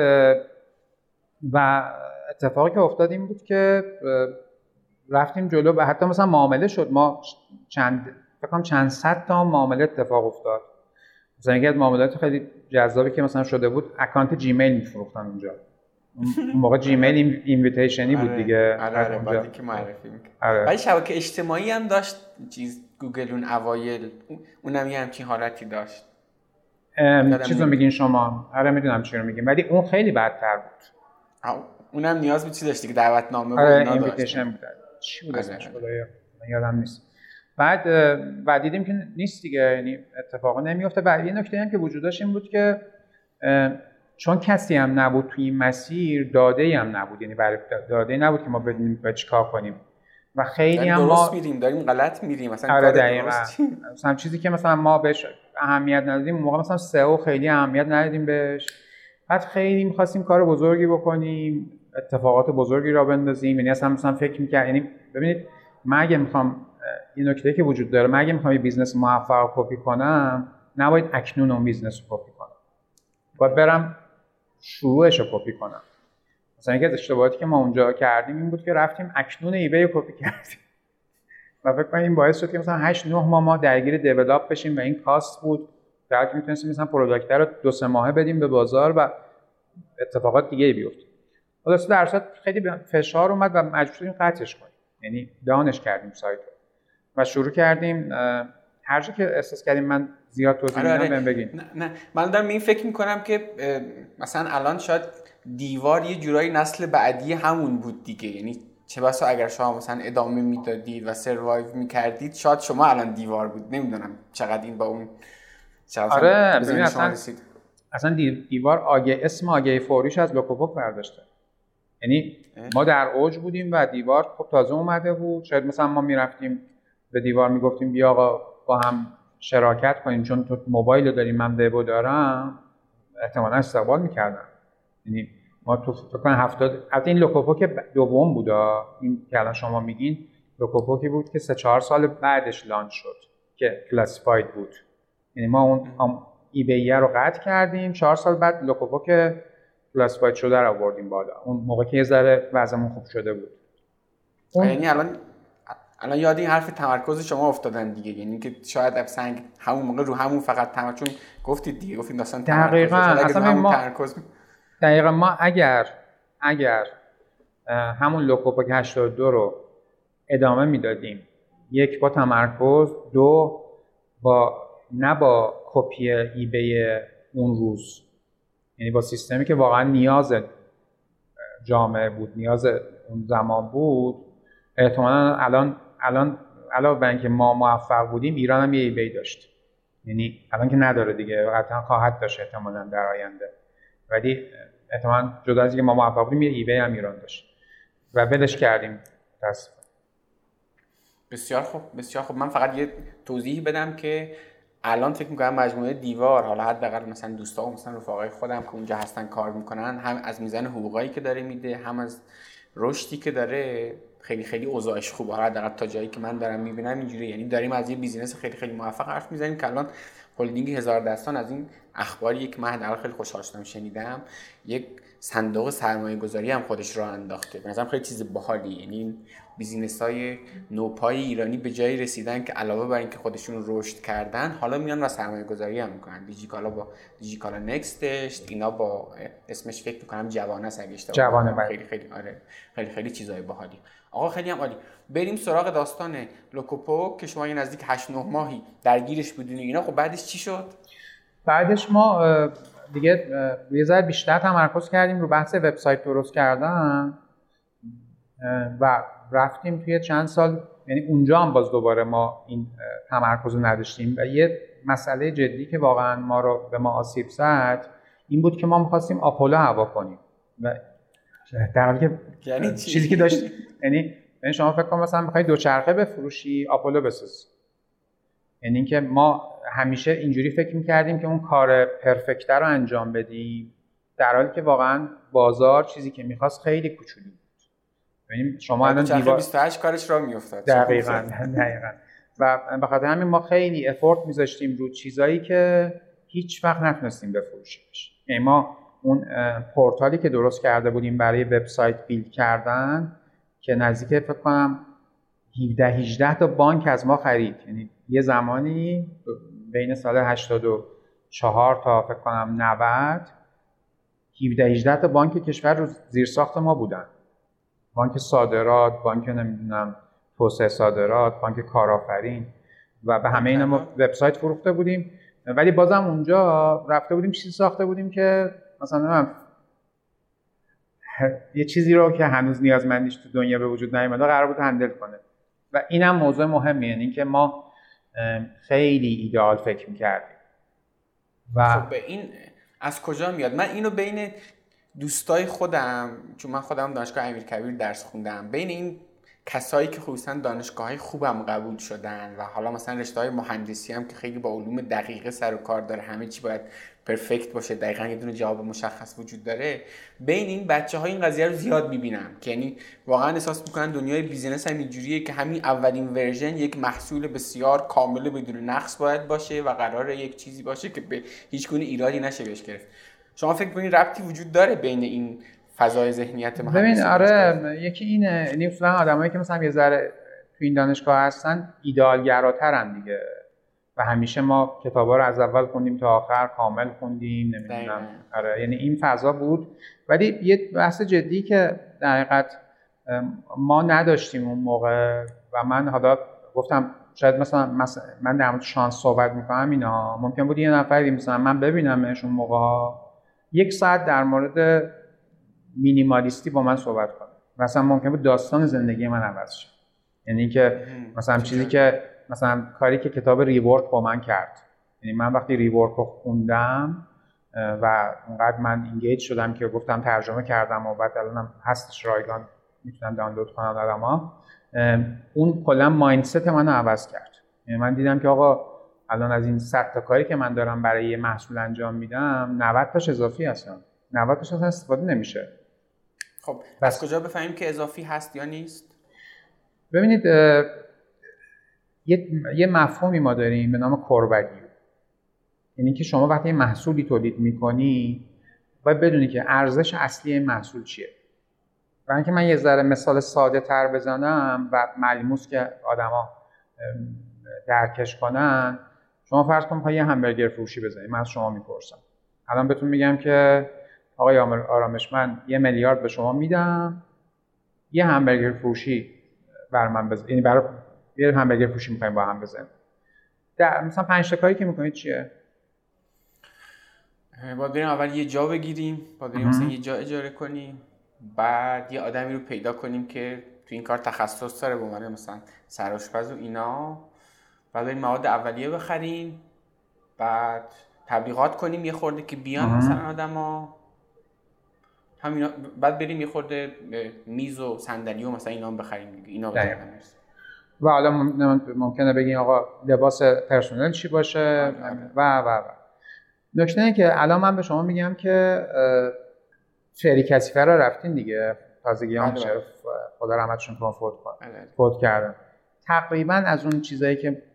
و اتفاقی که افتاد این بود که رفتیم جلو و حتی مثلا معامله شد. ما چند فکر کنم چند صد تا معامله اتفاق افتاد. مثلا یکی از معاملات خیلی جذابی که مثلا شده بود، اکانت جیمیل می‌فروختن اونجا. اون موقع جیمیل اینویتیشنی بود دیگه. آره آره بعدی که معرفی می‌کرد. ولی شبکه اجتماعی هم داشت چیز گوگل اون اوایل، اونم یه همچین حالتی داشت. چیزو میگین شما؟ آره میدونم چی رو میگین، ولی اون خیلی بدتر بود. اونم نیاز به چی داشت دیگه، دعوتنامه بود، آره اینویتیشن بود. چی بود اسمش خدایا یادم نیست. بعد بعد دیدیم که نیست دیگه، یعنی اتفاقا نمیفته. بعد یه نکته هم که وجود داشت این بود که چون کسی هم نبود توی این مسیر، داده‌ای هم نبود، یعنی برای داده‌ای نبود که ما بدونیم باید چیکار کنیم و خیلی هم درست ما میریم داریم غلط میریم مثلا آره کار درست مثلا چیزی که مثلا ما بهش اهمیت ندادیم اون موقع، مثلا سئو خیلی اهمیت ندادیم بهش. بعد خیلی می‌خواستیم کار بزرگی بکنیم، اتفاقات بزرگی را بندازیم، یعنی اصلا مثلا فکر می‌کرد، یعنی ببینید من اگه می‌خوام این نکته که وجود داره، من اگه می‌خوام یه بیزنس موفق کپی کنم، نباید اکنون اون بیزنس رو کپی کنم، باید برم شروعش رو کپی کنم. مثلا یکی از اشتباهاتی که ما اونجا کردیم این بود که رفتیم اکنون ایبی رو کپی کردیم و فکر کنم این باعث شد که مثلا هشت نه ماه ما درگیر دیولاپ بشیم و این کاست بود، در حالی که میتونستیم مثلا پروداکت رو دو سه ماهه بدیم به بازار و اتفاقات دیگه بیفته. خلاص در اصل خیلی فشار اومد و مجبور شدیم قطعش کنیم، یعنی دانش کردیم سایت و شروع کردیم. هر جا که احساس کردیم من زیاد توضیح میدم بهم بگین. نه نه من دارم این فکر میکنم که مثلا الان شاید دیوار یه جورایی نسل بعدی همون بود دیگه، یعنی چه بسا اگر شما مثلا ادامه میدادید و سروایو میکردید شاید شما الان دیوار بود. نمیدونم چقدر این با اون آره ببین اصلا اصلا دیوار آگه اسم آگهی فوریش از لوکوپوک برداشته، یعنی ما در اوج بودیم و دیوار خب تازه اومده بود. شاید مثلا ما میرفتیم به دیوار میگفتیم بیا آقا با هم شراکت کنیم چون تو موبایل داریم من وبو دارم، احتمالاً استقبال میکردن. یعنی ما تو فکر کنم هفتاد البته این لوکوپوک دوم بود، این که الان شما میگین لوکوپوکی بود که سه چهار سال بعدش لانچ شد که کلاسیفاید بود. یعنی ما اون ایبی رو قطع کردیم، چهار سال بعد لوکوپوک کلاسیفاید شده رو آوردیم بالا. اون موقع که یه ذره وضعمون خوب شده بود. اون... یعنی الان الان یاد این حرف تمرکز شما افتادن دیگه، یعنی که شاید اب سنگ همون موقع رو همون فقط تمرکز، چون گفتید دیگه گفتید داستان تمرکز دقیقاً اصلا ما تمرکز دقیقاً ما اگر اگر همون لوکوپوک هشتاد و دو رو ادامه میدادیم، یک با تمرکز، دو با نه با کپی ایبی اون روز، یعنی با سیستمی که واقعا نیاز جامعه بود، نیاز اون زمان بود، احتمالاً الان الان علاوه بر اینکه ما موفق بودیم ایران هم یه ایبی داشت. یعنی الان که نداره دیگه، قطعا خواهد داشت احتمالاً در آینده، ولی احتمالاً جدا از اینکه ما موفق بودیم یه ایبی هم ایران داشت و ولش کردیم متاسفم. بسیار خوب بسیار خوب. من فقط یه توضیحی بدم که الان فکر می‌کنم مجموعه دیوار، حالا حداقل مثلا دوستا و مثلا رفقای خودم که اونجا هستن کار میکنن، هم از میزان حقوقایی که داره میده، هم از رشدی که داره، خیلی خیلی اوضاعش خوبه. حداقل تا جایی که من دارم میبینم اینجوری، یعنی داریم از یه بیزینس خیلی خیلی موفق حرف میزنیم که الان هلدینگ هزار دستان از این اخبار یک مهد خیلی خوشحال شدم شنیدم یک صندوق سرمایه گذاری هم خودش راه انداخته. به نظرم خیلی چیز باحالی. یعنی بیزینس های نوپای ایرانی به جایی رسیدن که علاوه بر اینکه خودشون رشد کردن حالا میان و سرمایه گذاری هم میکنن. دیجیکالا با دیجیکالا نکستش، اینا با اسمش فکر میکنم جوانه است اگه اشتباه جوانه. خیلی خیلی آره خیلی خیلی چیزای باحالی. آقا خیلی هم عالی. بریم سراغ داستان لوکوپو که شما یه نزدیک هشت نه ماهی درگیرش بودین اینا. خب بعدش چی شد؟ بعدش ما دیگه یه ذره بیشتر تمرکز کردیم رو بحث وبسایت درست کردن و رفتیم توی چند سال، یعنی اونجا هم باز دوباره ما این تمرکز رو نداشتیم و یه مسئله جدی که واقعا ما رو به ما آسیب زد این بود که ما می‌خواستیم آپولو هوا کنیم و در حالی که یعنی چیزی که داشت یعنی شما فکر کن مثلا بخوای دوچرخه بفروشی آپولو بسازی. یعنی اینکه ما همیشه اینجوری فکر می‌کردیم که اون کار پرفکت رو انجام بدیم در حالی که واقعا بازار چیزی که می‌خواست خیلی کوچولو بود. یعنی شما الان دیوار بیست و هشت کارش راه میافتاد. دقیقاً دقیقاً و بخاطر همین ما خیلی افورت می‌ذاشتیم رو چیزایی که هیچ وقت نتونستیم بفروشیمش. یعنی ما اون پورتالی که درست کرده بودیم برای وبسایت بیلد کردن که نزدیک فکر کنم هفده هجده تا بانک از ما خرید. یعنی یه زمانی بین سال هشتاد و چهار تا فکر کنم نود هفده هجده تا بانک کشور رو زیر ساخت ما بودن. بانک صادرات، بانک نمیدونم توسعه صادرات، بانک کارآفرین و به همه اینا ما وبسایت فروخته بودیم. ولی بازم اونجا رفته بودیم چیزی ساخته بودیم که مثلا من یه چیزی رو که هنوز نیازمندیش تو دنیا به وجود نیامده قرار بود هندل کنه و اینم موضوع مهمیه. یعنی که ما خیلی ایدئال فکر می‌کردیم. و خب به این از کجا میاد؟ من اینو بین دوستای خودم، چون من خودم دانشگاه امیرکبیر درس خوندم، بین این کسایی که خصوصا دانشگاه‌های خوبم قبول شدن و حالا مثلا رشته‌های مهندسی هم که خیلی با علوم دقیقه سر و کار داره، همه چی باید پرفکت باشه، دقیقاً یه دونه جواب مشخص وجود داره، بین این بچه‌ها این قضیه رو زیاد می‌بینم که یعنی واقعا احساس می‌کنن دنیای بیزینس هم اینجوریه که همین اولین ورژن یک محصول بسیار کامل بدون نقص باید باشه و قراره یک چیزی باشه که به هیچ گونه ایرادی نشه بهش گرفت. شما فکر می‌کنید ربطی وجود داره بین این فضای ذهنیت مهندسی؟ ببین آره یکی اینه، یعنی اصلا آدمایی که مثلا یه ذره تو این دانشگاه هستن ایدئالگراترن دیگه و همیشه ما کتابا رو از اول خوندیم تا آخر کامل خوندیم نمیدونم. آره یعنی این فضا بود. ولی یه بحث جدی که در حقیقت ما نداشتیم اون موقع و من حالا گفتم شاید مثلا, مثلا من در مورد شانس صحبت میکنم، اینا ممکن بود یه نفری مثلا من ببینمش اون موقع یک ساعت در مورد مینیمالیستی با من صحبت کنه، مثلا ممکن بود داستان زندگی من عوض شه. یعنی که مثلا چیزی که مثلا کاری که کتاب ریورک با من کرد، یعنی من وقتی ریورک رو خوندم و اونقدر من اینگیج شدم که گفتم ترجمه کردم و بعد الانم هستش رایگان میتونم دانلود کنم آدما، اون کلا مایندست منو عوض کرد. یعنی من دیدم که آقا الان از این صد تا کاری که من دارم برای یه محصول انجام میدم نود تاش اضافی هستن، نود تاش اصلا استفاده نمیشه. خب از کجا بفهمیم که اضافی هست یا نیست؟ ببینید یه یه مفهومی ما داریم به نام کور ولیو. یعنی که شما وقتی محصولی تولید میکنی باید بدونی که ارزش اصلی این محصول چیه. برای اینکه من یه ذره مثال ساده تر بزنم و ملموس که آدما درکش کنن، شما فرض کن میخوای یه همبرگر فروشی بزنید، من از شما میپرسم الان بهتون میگم که آقای آرامش من یه میلیارد به شما میدم یه همبرگر فروشی بر من بزنید، یعنی برای یه همبرگر فروشی میخوایم با هم بزنیم. در مثلا پنج تا کاری که میکنید چیه؟ باید بریم اول یه جا بگیریم، باید بریم مثلا یه جا اجاره کنیم، بعد یه آدمی رو پیدا کنیم که تو این کار تخصص داره، به عنوان مثلا سرآشپز و اینا، بعد بریم مواد اولیه بخریم، بعد تبلیغات کنیم یه خورده که بیان مثلا آدما همینا، بعد بریم یه خورده میز و صندلی و مثلا اینا هم بخریم دیگه. اینا بزنیم و حالا ممکنه بگیم آقا لباس پرسونل چی باشه و و و نکته اینه که الان من به شما میگم که فری کثیفه را رفتین دیگه، تازگی هم خدا رحمتشون کنه فوت کنه فوت کردن. تقریبا از اون چیزایی که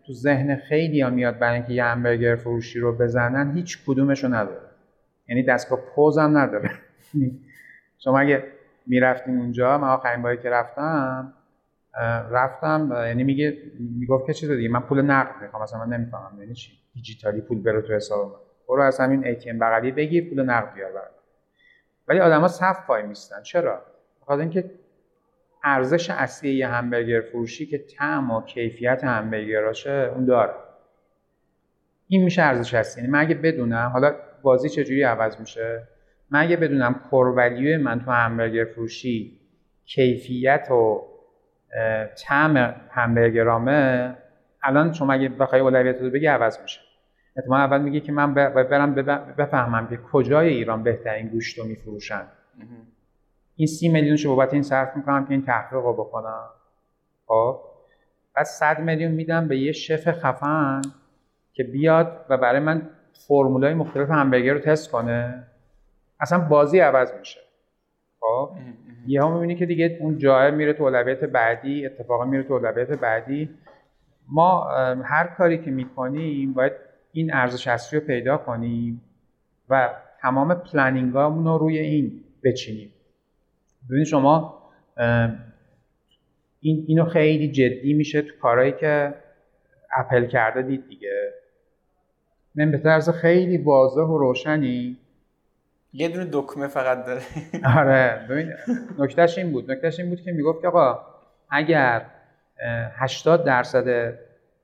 تو ذهن خیلی‌ها میاد برای اینکه یه همبرگر فروشی رو بزنن، هیچ کدومشو نداره. یعنی دستگاه پوز هم نداره. شما اگه میرفتین اونجا، من آخرین باری که رفتم رفتم یعنی میگه میگفت که چیز دیگه، من پول نقد میخوام، مثلا من نمیفهمم یعنی چی دیجیتالی پول بره تو حساب من، برو از همین ای تی ام بغلی بگیر پول نقد بیار برام. ولی آدما صف پای میستن. چرا؟ بخاطر اینکه ارزش اصلی یه همبرگر فروشی که طعم و کیفیت همبرگراشه اون داره. این میشه ارزش اصلی. یعنی من اگه بدونم حالا بازی چجوری عوض میشه، من اگه بدونم کور ولیو من تو همبرگر فروشی کیفیت و طعم همبرگرامه، الان شما اگه بخوای اولویت رو بگی عوض میشه. احتمال اول میگه که من برم بفهمم که کجای ایران بهترین گوشت رو میفروشن، این سی میلیونشو بابت این صرف میکنم که این تحقیق رو بکنم. خب بعد صد میلیون میدم به یه شف خفن که بیاد و برای من فرمولای مختلف همبرگر رو تست کنه. اصلا بازی عوض میشه. خب یهو میبینی که دیگه اون جای میره تو اولویت بعدی، اتفاقا میره تو اولویت بعدی. ما هر کاری که میکنیم باید این ارزش اصلی رو پیدا کنیم و تمام پلنینگامون رو روی این بچینیم. ببینید شما این اینو خیلی جدی میشه تو کارهایی که اپل کرده دید دیگه. من به طرز خیلی واضح و روشنی یه دونه دکمه فقط داره. آره ببین نکتهش این بود نکتهش این بود که میگفت که آقا اگر هشتاد درصد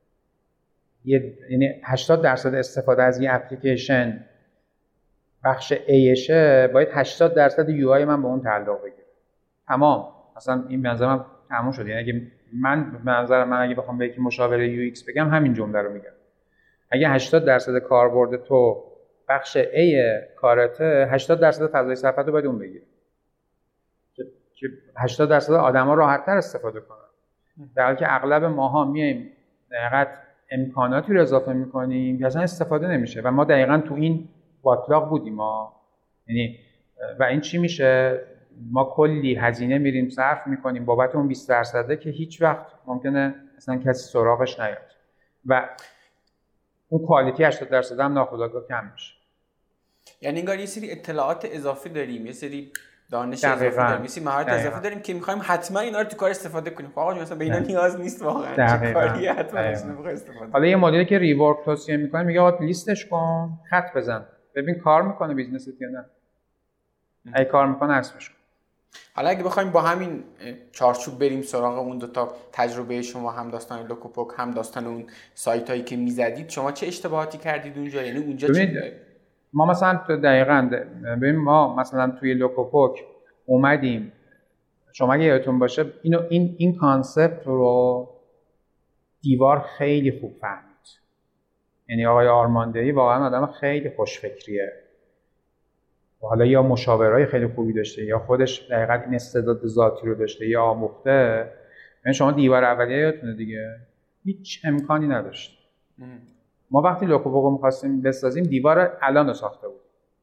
یعنی هشتاد درصد استفاده از یه اپلیکیشن بخش ایشه، باید هشتاد درصد یو آی من به اون تعلق بگیره. تمام. اصلا این به نظرم تموم شد. یعنی اگه من به نظر من اگه بخوام به یکی مشاور یو ایکس بگم همین جمله رو میگم. اگه هشتاد درصد کاربرد تو بخش A کارته، هشتاد درصد فضای صفحه رو باید اون بگیره که هشتاد درصد آدما راحت‌تر استفاده کنن. در حالی که اغلب ماها میایم دقیقاً امکاناتی رو اضافه می‌کنیم که اصلا استفاده نمیشه و ما دقیقاً تو این باطلاق بودیم ما. یعنی و این چی میشه؟ ما کلی هزینه میریم صرف می‌کنیم بابت اون بیست درصده که هیچ وقت ممکنه اصلا کسی سراغش نیاد و اون کوالیتی هشتاد درصد هم ناخودآگاه کم میشه. یعنی انگار یه سری اطلاعات اضافی داریم، یه سری دانش اضافی داریم، یه سری مهارت اضافی داریم که می‌خوایم حتما اینا رو تو کار استفاده کنیم. آقا جون مثلا به اینا نیاز نیست واقعا. چه کاری حتما ازش بخوای استفاده. حالا یه مدلی که ریورک توصیه می‌کنه میگه آقا لیستش کن، خط بزن، ببین کار می‌کنه بیزنست یا نه. اگه کار می‌کنه حذفش کن. حالا اگه بخوایم با همین چارچوب بریم سراغ اون دو تا تجربه شما، هم داستان لوکوپوک هم داستان اون سایتایی که میزدید، شما چه اشتباهاتی کردید اونجا؟ یعنی اونجا چه ما مثلا دقیقاً ببین ما مثلا توی لوکوپوک اومدیم، شما اگه یادتون باشه اینو این این کانسپت رو دیوار خیلی خوب فهمید. یعنی آقای آرماندهی واقعا آدم خیلی خوشفکریه. حالا یا مشاورای خیلی خوبی داشته یا خودش دقیقاً این استعداد ذاتی رو داشته یا آموخته. یعنی شما دیوار اولیه یادتونه دیگه هیچ امکانی نداشت. ما وقتی لوکوپوک رو می‌خواستیم بسازیم دیوار الان رو ساخته بود.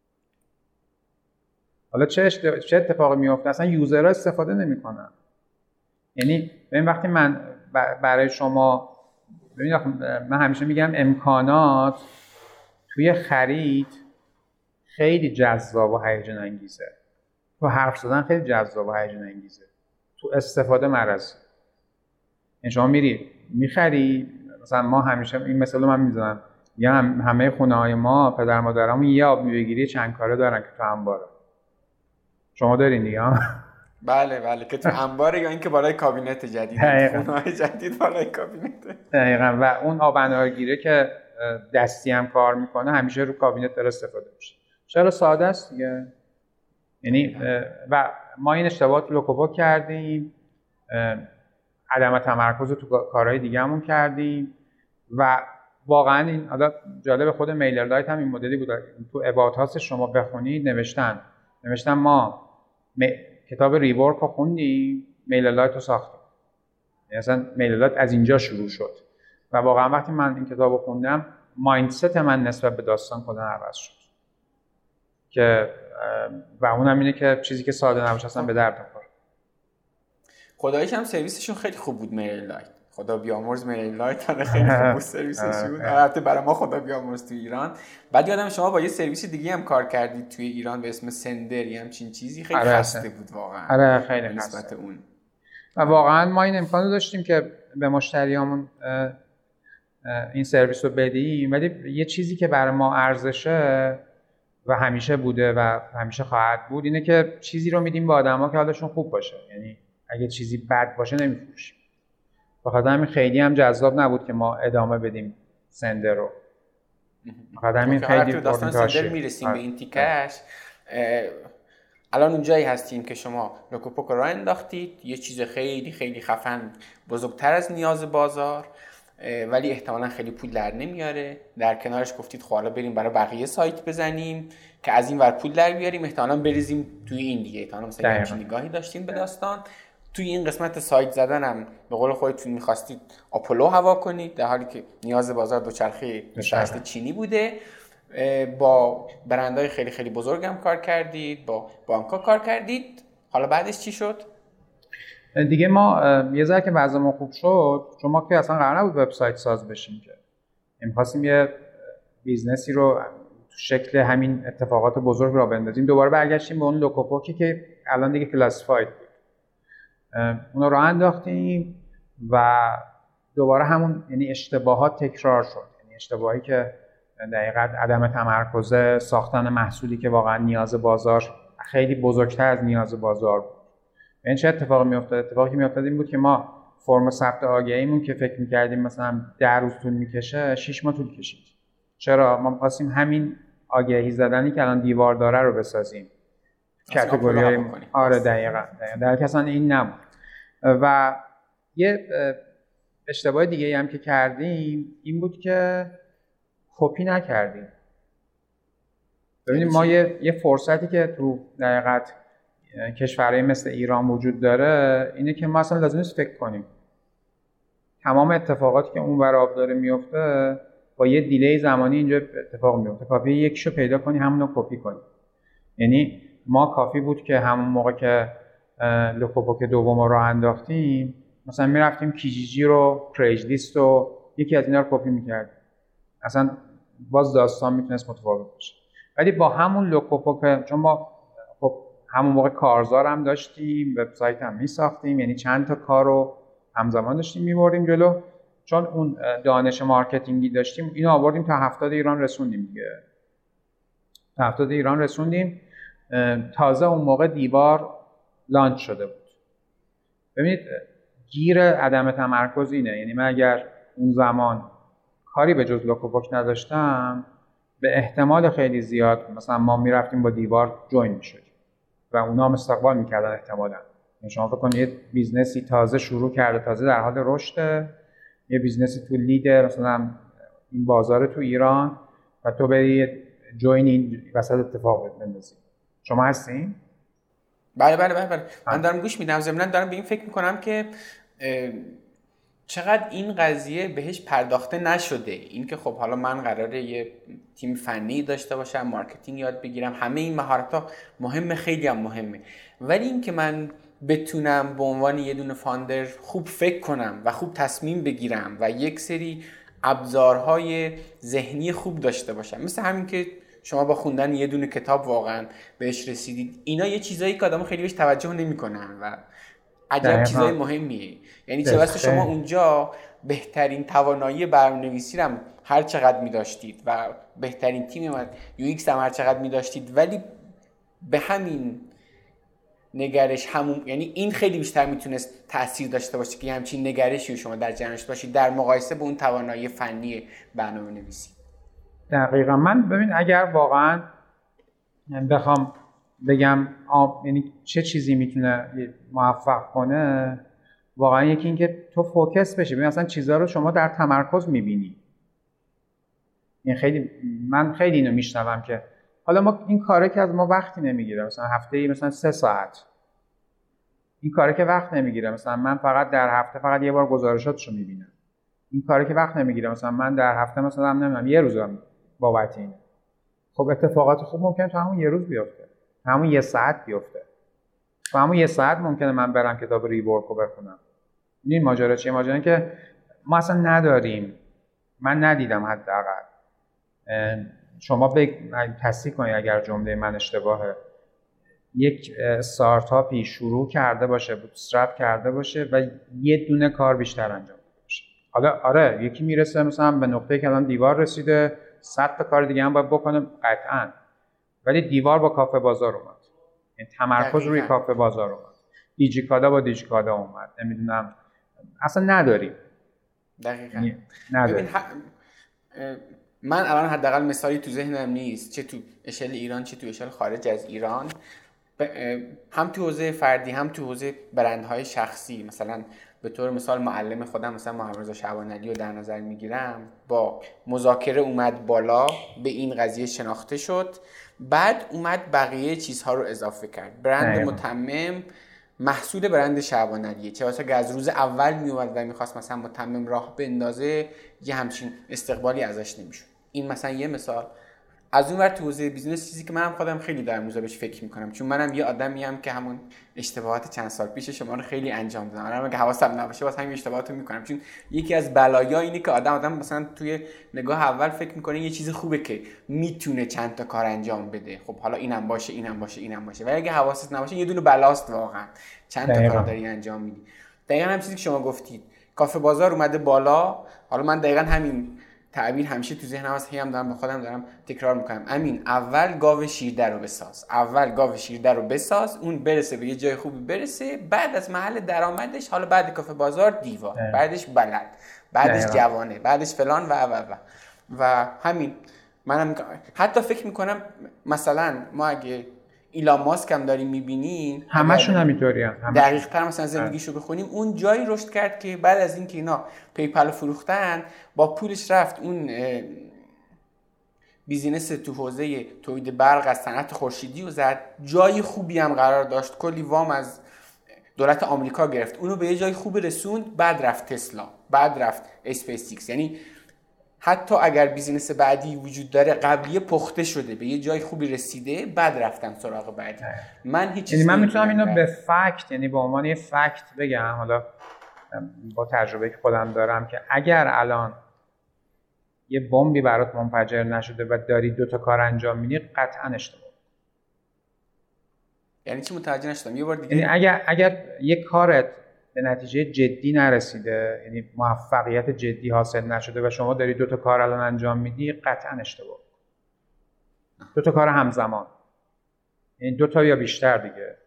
حالا چه چه اتفاقی میفته؟ اصلا یوزرها استفاده نمی‌کنن. یعنی ببین وقتی من برای شما ببین من همیشه میگم امکانات توی خرید خیلی جذاب و هیجان انگیزه. تو حرف زدن خیلی جذاب و هیجان انگیزه. تو استفاده مرض. یعنی شما میری میخری، مثلا ما همیشه این مثال رو من میزنم، یا هم همه خونه‌های ما پدر مادرامون یه آب میوه‌گیری چند کاره دارن که تو انباره. شما دارین دیگه ها؟ بله بله که تو انباره یا اینکه بالای کابینت جدید، خونه‌های جدید بالای کابینت. دقیقاً. و اون آب انبارگیری که دستی هم کار میکنه همیشه رو کابینت داره استفاده میشه. چرا ساده است دیگه. یعنی و ما این اشتباهات لوکوپوک کردیم، عدم تمرکز تو کارهای دیگه همون کردیم و واقعا این حالا جالب خود میلرلایت هم این مدلی بود. تو اباوت شما بخونید نوشتن نوشتن ما م... کتاب ریورک رو خوندیم، میلرلایت رو ساختیم. یعنی اصلا میلرلایت از اینجا شروع شد و واقعا وقتی من این کتاب رو خوندم مایندست من نسبت به داستان کلا عوض شد که و اونم اینه که چیزی که ساده نباشه اصلا به درد نمیخوره. خداییش هم سرویسشون خیلی خوب بود میلرلایت. خدا بیامرز میل لایت خیلی خوب بود سرویسشون، البته برای ما خدا بیامرز تو ایران. بعد یادم شما با یه سرویس دیگه هم کار کردید توی ایران به اسم سندر یا همچین چیزی، خیلی خسته بود واقعا. آره خیلی نسبت اون. و واقعا ما این امکانو داشتیم که به مشتریامون این سرویس رو بدیم، ولی یه چیزی که برای ما ارزشه و همیشه بوده و همیشه خواهد بود اینه که چیزی رو میدیم به آدما که حالشون خوب باشه. یعنی اگه چیزی بد باشه نمیفروشیم. بخاطر همین خیلی هم جذاب نبود که ما ادامه بدیم سندر رو. بخاطر همین خیلی داستان سندر میرسیم به این تیکش. الان اونجایی هستیم که شما لوکوپوکو رو انداختید، یه چیز خیلی خیلی خفن، بزرگتر از نیاز بازار، ولی احتمالاً خیلی پول در نمیاره. در کنارش گفتید خب حالا بریم برای بقیه سایت بزنیم که از این ور پول در بیاریم، احتمالاً بریزیم توی این دیگه. احتمالاً مثلا همچین نگاهی داشتین به داستان. توی این قسمت سایت زدنم به قول خودتون می‌خواستید آپولو هوا کنید، در حالی که نیاز بازار دوچرخه نشست چینی بوده. با برندهای خیلی خیلی بزرگ هم کار کردید، با بانک‌ها کار کردید. حالا بعدش چی شد؟ دیگه ما یه ذره که وضعمون خوب شد، چون ما که اصلا قرار نبود وبسایت ساز بشیم، که می‌خواستیم یه بیزنسی رو تو شکل همین اتفاقات بزرگ را بندازیم. دوباره برگشتیم به اون لوکوپوکی که الان دیگه کلاسیفاید بود. اونا رو انداختیم و دوباره همون، یعنی اشتباهات تکرار شد. یعنی اشتباهی که دقیقاً عدم تمرکز، ساختن محصولی که واقعا نیاز بازار خیلی بزرگتر از نیاز بازار بود. این چه اتفاقی میافتاد؟ اتفاقی میافتاد این بود که ما فرم ثبت آگهیمون که فکر می‌کردیم مثلا ده روز طول می‌کشه، شش ماه طول کشید. چرا؟ ما می‌خواستیم همین آگهی زدنی که الان دیوار داره رو بسازیم. کاتگوری‌های آره دقیقاً. در حالی که اصلا این نبود. و یه اشتباه دیگه هم که کردیم این بود که کپی نکردیم. ببینید ما یه یه فرصتی که تو دقیقاً کشورهای مثل ایران وجود داره اینه که ما اصلا لازم نیست فکر کنیم. تمام اتفاقاتی که اون ور آب داره میفته با یه دیلی زمانی اینجا اتفاق میفته. کافیه یکیشو پیدا کنی همون رو کپی کنی. یعنی ما کافی بود که همون موقع که لوکوپوک دوم رو انداختیم مثلا میرفتیم کیجیجی رو، کریج لیست رو، یکی از اینا رو کپی میکردیم. اصلا باز داستان میتونست متفاوت باشه. ولی با همون لوکوپوک، چون ما خب همون موقع کارزار هم داشتیم، وبسایت هم میساختیم، یعنی چند تا کار رو همزمان داشتیم میبردیم جلو. چون اون دانش مارکتینگی داشتیم، اینو آوردیم تا هفتاد ایران رسوندیم دیگه. تا هفتاد ایران رسوندیم. تازه اون موقع دیوار لانچ شده بود. ببینید گیر عدم تمرکز اینه. یعنی من اگر اون زمان کاری به جز لوکوپوک نداشتم، به احتمال خیلی زیاد مثلا ما میرفتیم با دیوار جوین میشدیم و اونا هم استقبال میکردن احتمالاً. یعنی شما فکر کنید یه بیزنسی تازه شروع کرده، تازه در حال رشده، یه بیزنسی تو لیدر مثلا این بازار تو ایران و تو بری جوین این وسط اتفاق بندازی. شما هستین؟ بله بله بله بله. من دارم گوش میدم، ضمناً دارم به این فکر میکنم که چقدر این قضیه بهش پرداخته نشده. این که خب حالا من قراره یه تیم فنی داشته باشم، مارکتینگ یاد بگیرم، همه این مهارت‌ها مهمه، خیلی هم مهمه، ولی این که من بتونم به عنوان یه دونه فاندر خوب فکر کنم و خوب تصمیم بگیرم و یک سری ابزارهای ذهنی خوب داشته باشم، مثل همین که شما با خوندن یه دونه کتاب واقعا بهش رسیدید. اینا یه چیزایی که آدم خیلی بهش توجه نمیکنن و عجب چیزای مهمیه. یعنی چه واسه شما اونجا بهترین توانایی برنامه‌نویسی هم هر چقدر می‌داشتید و بهترین تیم یو ایکس هم هر چقدر می‌داشتید، ولی به همین نگرش همون، یعنی این خیلی بیشتر میتونست تأثیر داشته باشه که همچین نگرشی شما در جنبش باشید در مقایسه با اون توانایی فنی برنامه‌نویسی. دقیقاً. من ببین اگر واقعاً بخوام بگم آم، یعنی چه چیزی میتونه موفق کنه، واقعا یکی این که تو فوکس بشی. ببین اصلا چیزا رو شما در تمرکز میبینی. این خیلی من خیلی اینو میشنوم که حالا ما این کاره که از ما وقتی نمیگیره، مثلا هفته‌ای مثلا سه ساعت این کاره که وقت نمیگیره، مثلا من فقط در هفته فقط یه بار گزارشاتشو میبینم. این کاره که وقت نمیگیره، مثلا من در هفته مثلا نمیدونم یه روزم بابت اینه. خب اتفاقات خوب ممکنه تو همون یه روز بیفته، همون یه ساعت بیفته. تو همون یه ساعت ممکنه من برم کتاب ریورک رو بخونم. این ماجرا چیه؟ ماجرا که ما اصلا نداریم، من ندیدم حداقل. شما بگ... تصدیق کنید اگر جمله من اشتباهه، یک استارتاپی شروع کرده باشه، بوتسترپ کرده باشه و یه دونه کار بیشتر انجام باشه. حالا آره یکی میرسه مثلا به نقطه‌ای که الان دیوار رسیده، صد تا کار دیگه هم باید بکنه قطعاً، ولی دیوار با کافه بازار اومد، این تمرکز روی کافه بازار اومد، دیجیکالا با دیجیکالا اومد، نمیدونم اصلا نداریم. دقیقاً نداریم. ح... من الان حداقل مثالی تو ذهنم نیست، چه تو اشل ایران چه تو اشل خارج از ایران، هم تو حوزه فردی هم تو حوزه برندهای شخصی. مثلا به طور مثال معلم خودم مثلا محمد رضا شعبانعلی رو در نظر میگیرم، با مذاکره اومد بالا، به این قضیه شناخته شد، بعد اومد بقیه چیزها رو اضافه کرد. برند متمم محصول برند شعبانعلی، چه واسه از روز اول میومد و میخواست مثلا متمم راه بندازه، یه همچین استقبالی ازش نمیشد. این مثلا یه مثال. از اون ور تو حوزه بیزنس چیزی که منم خودم خیلی در موردش بهش فکر میکنم، چون منم یه آدمیم که همون اشتباهات چند سال پیش شما رو خیلی انجام دادم. منم اگه حواسم نباشه واسه همین اشتباهاتو میکنم، چون یکی از بلایا اینه که آدم آدم مثلا توی نگاه اول فکر میکنه یه چیز خوبه که میتونه چند تا کار انجام بده، خب حالا اینم باشه اینم باشه اینم باشه، ولی اگه حواست نباشه یه دونه بلاست واقعا چند تا کار داری انجام میدی. دقیقاً هم چیزی که شما گفتید، کافه بازار اومده بالا. حالا من دقیقاً همین تعبیر همیشه تو ذهنم هست، هم دارم به خودم دارم تکرار میکنم، امین اول گاو شیرده رو بساز، اول گاو شیرده رو بساز، اون برسه به یه جای خوبی برسه، بعد از محل درآمدش، حالا بعد کافه بازار دیوار، اه. بعدش بلد، بعدش اه. جوانه، بعدش فلان و و و و همین. منم حتی فکر میکنم مثلا ما اگه ایلان ماسک هم داریم میبینین، همشون همینطورین، دقیق تر مثلا زندگیشو بخونیم، اون جایی رشد کرد که بعد از اینکه اینا پیپل فروختن، با پولش رفت اون بیزینس تو حوزه تولید برق از صنعت خورشیدی رو زد، جای خوبی هم قرار داشت، کلی وام از دولت آمریکا گرفت، اونو به یه جای خوب رسوند، بعد رفت تسلا، بعد رفت اسپیس ایکس. یعنی حتی اگر بیزینس بعدی وجود داره، قبلیه پخته شده، به یه جای خوبی رسیده، بعد رفتن سراغ بعدی. من هیچ یعنی من میتونم اینو به فکت، یعنی به عنوان یه فکت بگم، حالا با تجربه که خودم دارم، که اگر الان یه بمبی برات منفجر نشده و داری دو تا کار انجام میدی، قطعا اشتباه. یعنی چی؟ متوجه نشدم، یه بار دیگه. یعنی اگر اگر یه کارت به نتیجه جدی نرسیده، یعنی موفقیت جدی حاصل نشده و شما داری دو تا کار الان انجام میدی، قطعا اشتباه. دو تا کار همزمان، یعنی دو تا یا بیشتر دیگه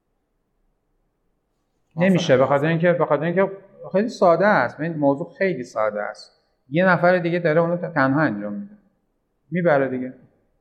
نمیشه. به خاطر اینکه به خاطر اینکه خیلی ساده است. این موضوع خیلی ساده است. یه نفر دیگه داره اونو تنها انجام میده، میبره دیگه.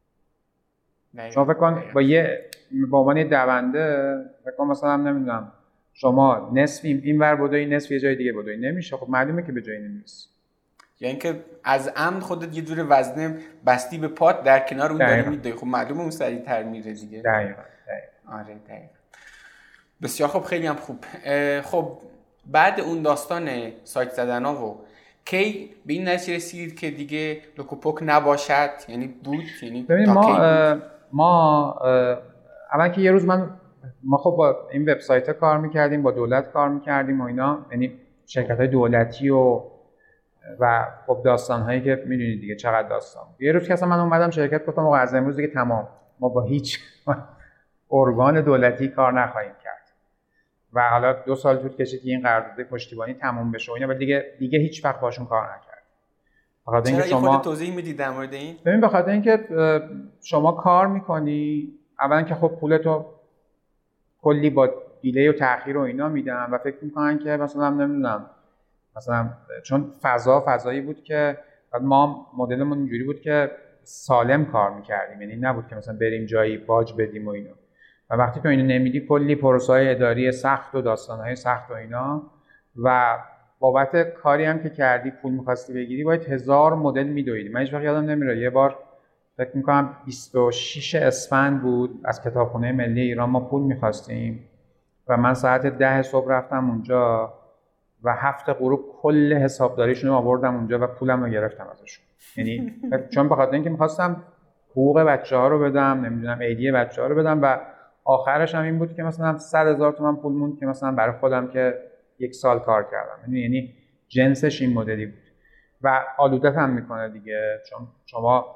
شما فکر کن با یه با عنوان دونده، فکر کن مثلا نمیدونم شما نصفی این ور بدوی، نصف یه جای دیگه بدوی، نمیشه. خب معلومه که به جایی نمیرسی. یعنی اینکه از عمد خودت یه جور وزنه بستی به پات در کنار اون داری میدوی، خب معلومه اون سریع‌تر میره دیگه. دقیقاً دقیقاً. آره دقیقاً. بسیار خوب، خیلی هم خوب. خب بعد اون داستان سایت زدنا و کی به این نتیجه رسیدید که دیگه لوکوپوک نباشد؟ یعنی بود، یعنی ببین ما بود؟ ما اول که یه روز من ما خب با این وبسایت‌ها کار می‌کردیم، با دولت کار می‌کردیم و اینا، یعنی شرکت‌های دولتی و و خب داستان‌هایی که می‌دونید دیگه چقدر داستان. یه روز که اصلا من اومدم شرکت، گفتم آقا از امروز دیگه تمام، ما با هیچ ارگان دولتی کار نخواهیم کرد. و حالا دو سال طول کشید که این قرارداد پشتیبانی تموم بشه و اینا، ولی دیگه دیگه هیچ وقت باشون کار نکرد. بخاطر اینکه شما خودت توضیح میدید در مورد این؟ ببین به خاطر اینکه شما کار میکنی، اولا که خب پولتو کلی با دیلی و تأخیر و اینا میدن و فکر میکنن که مثلا نمیدونم، مثلا چون فضا فضایی بود که ما مدلمون اینجوری بود که سالم کار میکردیم، یعنی نبود که مثلا بریم جایی باج بدیم و اینا. و وقتی تو اینو نمیدی، کلی پروسه‌های اداری سخت و داستان‌های سخت و اینا، و بابت کاری هم که کردی پول می‌خواستی بگیری، باید هزار مدل میدویدی. من هیچ وقت یادم نمیره، یه بار فکر می‌کنم بیست و شش اسفند بود، از کتابخونه ملی ایران ما پول می‌خواستیم و من ساعت ده صبح رفتم اونجا و هفت غروب کل حسابداریشون رو آوردم اونجا و پولم رو گرفتم ازشون. یعنی چون به خاطر اینکه می‌خواستم حقوق بچه‌ها رو بدم، نمیدونم ایدی بچه‌ها رو بدم، و آخرش هم این بود که مثلا صد هزار تومان پول موند که مثلا برای خودم که یک سال کار کردم. یعنی جنسش این مدلی بود و آلودت هم میکنه دیگه، چون شما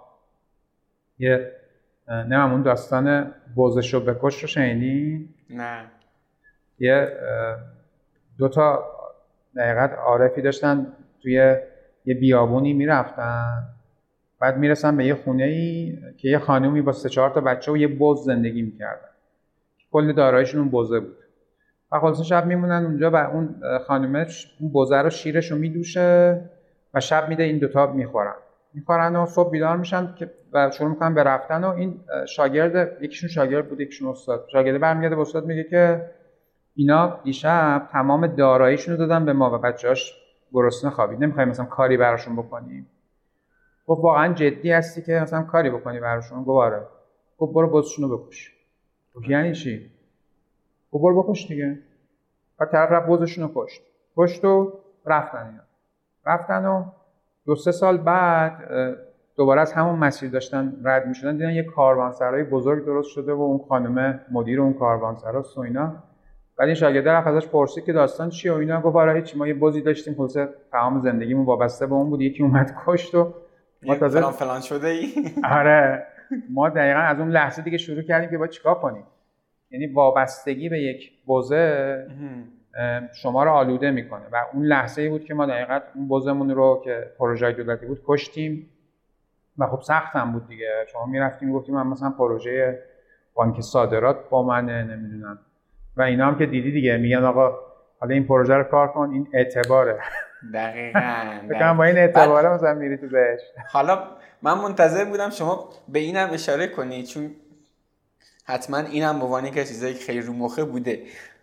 یه نمیم اون داستان بزش و بکش رو شنیدی؟ نه. یه دو تا دقیقت عارفی داشتن توی یه بیابونی میرفتن، بعد میرسن به یه خونه‌ای که یه خانومی با سه چهار تا بچه و یه بز زندگی میکردن، کل داراییشون اون بزه بود. و خلاص شب میمونن اونجا و اون خانومه اون بزه رو شیرش رو میدوشه و شب میده این دوتا میخورن میخورن و صبح بیدار میشن که و شروع میکنن به رفتن و این شاگرد، یکیشون شاگرد بود یکیشون استاد، شاگرد برمیگرده به استاد میگه که اینا دیشب تمام داراییشون رو دادن به ما و بچه‌هاش گرسنه خوابید، نمیخوایم مثلا کاری براشون بکنیم. گفت واقعا جدی هستی که مثلا کاری بکنی براشون؟ گفت آره. گفت برو بزشون رو بکش. گفت یعنی چی؟ گفت برو بکش دیگه. و طرف رفت بزشون رو کشت کشت و رفتن اینا رفتن و دو سه سال بعد دوباره از همون مسیر داشتن رد میشدن، دیدن یه کاروانسرای بزرگ درست شده و اون خانم مدیر اون کاروانسراست و اینا. بعد این شاگرد رفت ازش پرسید که داستان چیه و اینا. گفت آره هیچ، ما یه بزی داشتیم خلاص تمام زندگیمون وابسته به اون بود، یکی اومد کشت و ما تازه فلان فلان شده ای. آره ما دقیقاً از اون لحظه دیگه شروع کردیم که باید چیکار کنیم. یعنی وابستگی به یک بزه شما رو آلوده میکنه و اون لحظه‌ای بود که ما دقیقاً اون بزمون رو که پروژه دولتی بود کشتیم و خب سخت هم بود دیگه. شما میرفتیم میگفتیم من مثلا پروژه بانک صادرات با منه نمیدونم و اینا هم که دیدی دیگه میگن آقا حالا این پروژه رو کار کن، این اعتباره. دقیقاً. بگم با این اعتباره مثلا میری تو بهش. حالا من منتظر بودم شما به اینم اشاره کنی، چون حتما اینم موانی که چیزایی که خیلی رو مخه بوده.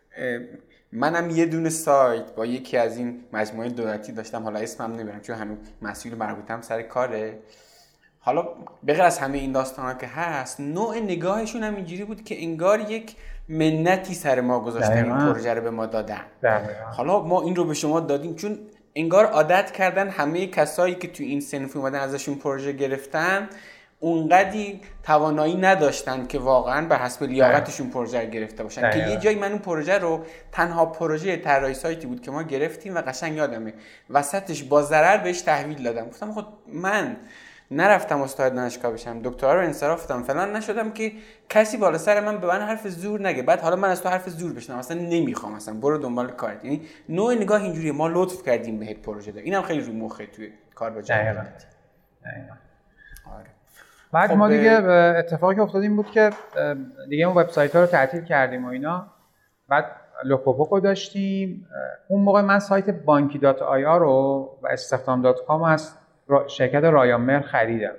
منم یه دونه سایت با یکی از این مجموعه دولتی داشتم، حالا اسمم نمیبرم چون هنوز مسئول مربوطم سر کاره. حالا بغیر از همه این داستانا که هست، نوع نگاهشون هم اینجوری بود که انگار یک منتی سر ما گذاشتن این پروژه رو به ما دادن. دقیقا. حالا ما این رو به شما دادیم چون انگار عادت کردن همه کسایی که تو این صنف اومدن ازشون پروژه گرفتن اونقدی توانایی نداشتن که واقعا به حسب لیاقتشون پروژه رو گرفته باشن. دقیقا. که یه جایی من اون پروژه رو تنها پروژه طراحی سایتی بود که ما گرفتیم و قشنگ یادمه وسطش با ضرر بهش تحویل دادم. گفتم خب من نرفتم استاد دانشگاه بشم، دکترا رو انصراف دادم، فلان نشدم که کسی بالا سر من به من حرف زور نگه، بعد حالا من از تو حرف زور بشنوم، اصلا نمیخوام، اصلا برو دنبال کارت. یعنی نوع نگاه اینجوریه، ما لطف کردیم بهت پروژه ده. اینم خیلی رو مخه توی کار با جامعه. دقیقاً. آره. بعد خب ما دیگه اتفاقی که افتاد این بود که دیگه اون وبسایت‌ها رو تعطیل کردیم و اینا. بعد لوکوپوکو داشتیم. اون موقع من سایت بانکی دات آی آر رو و استخدام دات کام از شرکت رایان مهر خریدم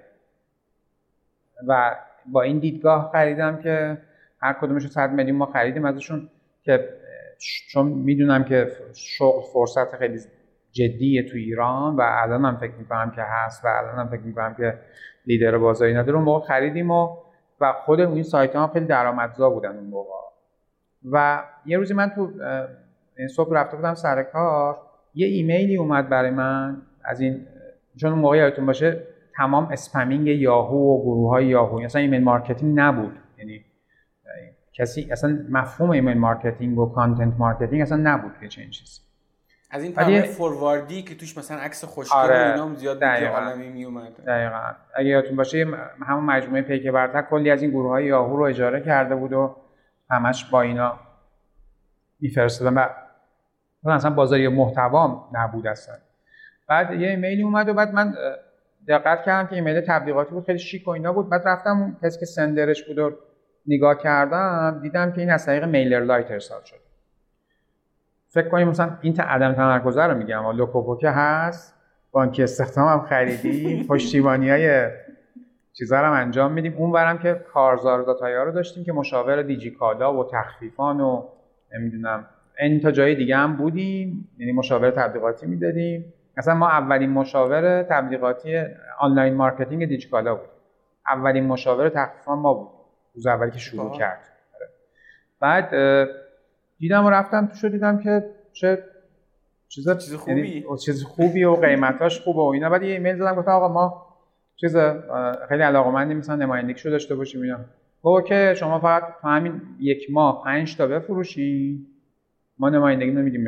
و با این دیدگاه خریدم که هر کدومش رو صد میلیون ما خریدیم ازشون، که چون میدونم که شغل فرصت خیلی جدیه تو ایران و الان هم فکر میکنم که هست و الان هم فکر میکنم که لیدر بازاری نداره. اون موقع خریدیم و و خود این سایت ها خیلی درآمدزا بودن اون موقع. و یه روزی من تو این صبح رفته بودم سر کار، یه ایمیلی اومد برای من از این، چون اون موقع یادتون باشه تمام اسپمینگ یاهو و گروه‌های یاهو، اصلا ایمیل مارکتینگ نبود. یعنی کسی اصلا مفهوم ایمیل مارکتینگ و کانتنت مارکتینگ اصلا نبود که چه این چیزی. از این پیام فورواردی که توش مثلا عکس خوشگل و آره، اینا هم زیاد بود که عالمی می اومد. دقیقاً. اگه یادتون باشه همون مجموعه پیک برتر کلی از این گروه‌های یاهو رو اجاره کرده بود و همش با اینا می‌فرستادن و اصلا بازاری محتوا نبود اصلا. بعد یه ایمیلی اومد و بعد من دقت کردم که ایمیل تبلیغاتی بود، خیلی شیک و اینا بود. بعد رفتم اون کسی که سندرش بود و نگاه کردم، دیدم که این از طریق میلر لایت ارسال شده. فکر کنیم مثلا این تا عدم تمرکزه رو میگم، لوکوپوکه هست، بانک استخدام هم خریدیم، پشتیبانیای چیزا رو هم انجام میدیم. اونورم که کارزار داتایا رو داشتیم که مشاور دیجیکالا و تخفیفان و نمیدونم این تا جای دیگه هم بودیم، یعنی مشاور تبلیغاتی میدادیم. مثلا ما اولین مشاور تبلیغاتی آنلاین مارکتینگ دیجیکالا بود. اولین مشاور تخفیفان ما بود روز اولی که شروع کرد. بعد دیدم و رفتم توش دیدم که چه چیز چیز خوبی چیز خوبی و قیمتاش خوبه و اینا. بعد یه ایمیل زدم گفتم آقا ما چیز خیلی علاقه‌مندیم مثلا نمایندگیشو داشته باشیم اینا. گفت که شما فقط تو همین یک ماه پنج تا بفروشی ما نمایندگی نمیدیم به شما.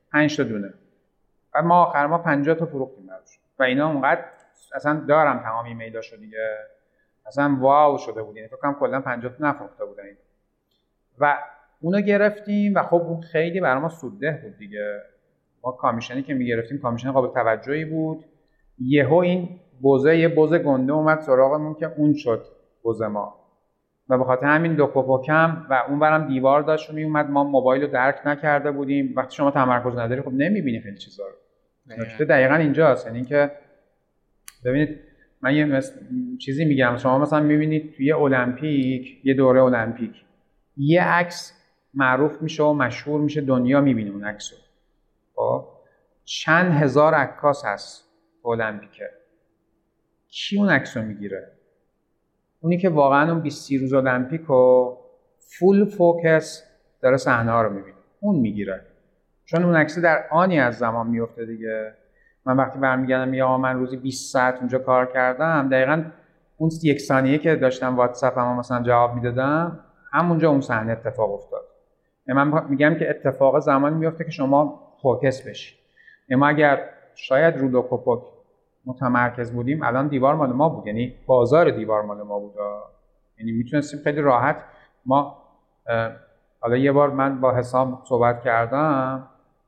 پنج تا دونه. بعد ما آخر ما پنجاه تا فروختیم براش و اینا اونقدر اصلا دارم تمام ایمیلاشو دیگه، اصلا واو شده بود، یعنی فکر کنم کلا پنجاه تا نفروخته بودن این. و اونو گرفتیم و خب اون خیلی برای ما سودده بود دیگه. ما کامیشنی که میگرفتیم کامیشن قابل توجهی بود. یهو این بوزه یه بوزه گنده اومد سراغمون که اون شد بوزه ما و به خاطر همین دو پوکم و اون برم دیوار داشت میومد. ما موبایل رو درک نکرده بودیم. وقتی شما تمرکز نداری خب نمیبینی خیلی چیزا رو. نکته دقیقاً اینجاست، یعنی اینکه ببینید من یه مثل... چیزی میگم، شما مثلا میبینید توی المپیک، یه دوره المپیک یه عکس معروف میشه و مشهور میشه، دنیا میبینه اون عکسو. خب چند هزار عکاس هست المپیکه، کی اون عکسو میگیره؟ اونی که واقعا اون بیست روز المپیکو فول فوکس داره صحنه ها رو میبینه، اون میگیره، چون اون عکس در آنی از زمان میفته دیگه. من وقتی برمیگردم میگم من روزی بیست ساعت اونجا کار کردم، دقیقاً اون یک ثانیه که داشتم واتساپم مثلا جواب میدادم همونجا اون صحنه اتفاق افتاد. یعنی من میگم که اتفاق زمانی میفته که شما فوکس بشی. یعنی ما اگر شاید رو دو پوک متمرکز بودیم الان دیوار مال ما بود، یعنی بازار دیوار مال ما بود. یعنی میتونستیم خیلی راحت ما حالا یه بار من با حسام صحبت کردم،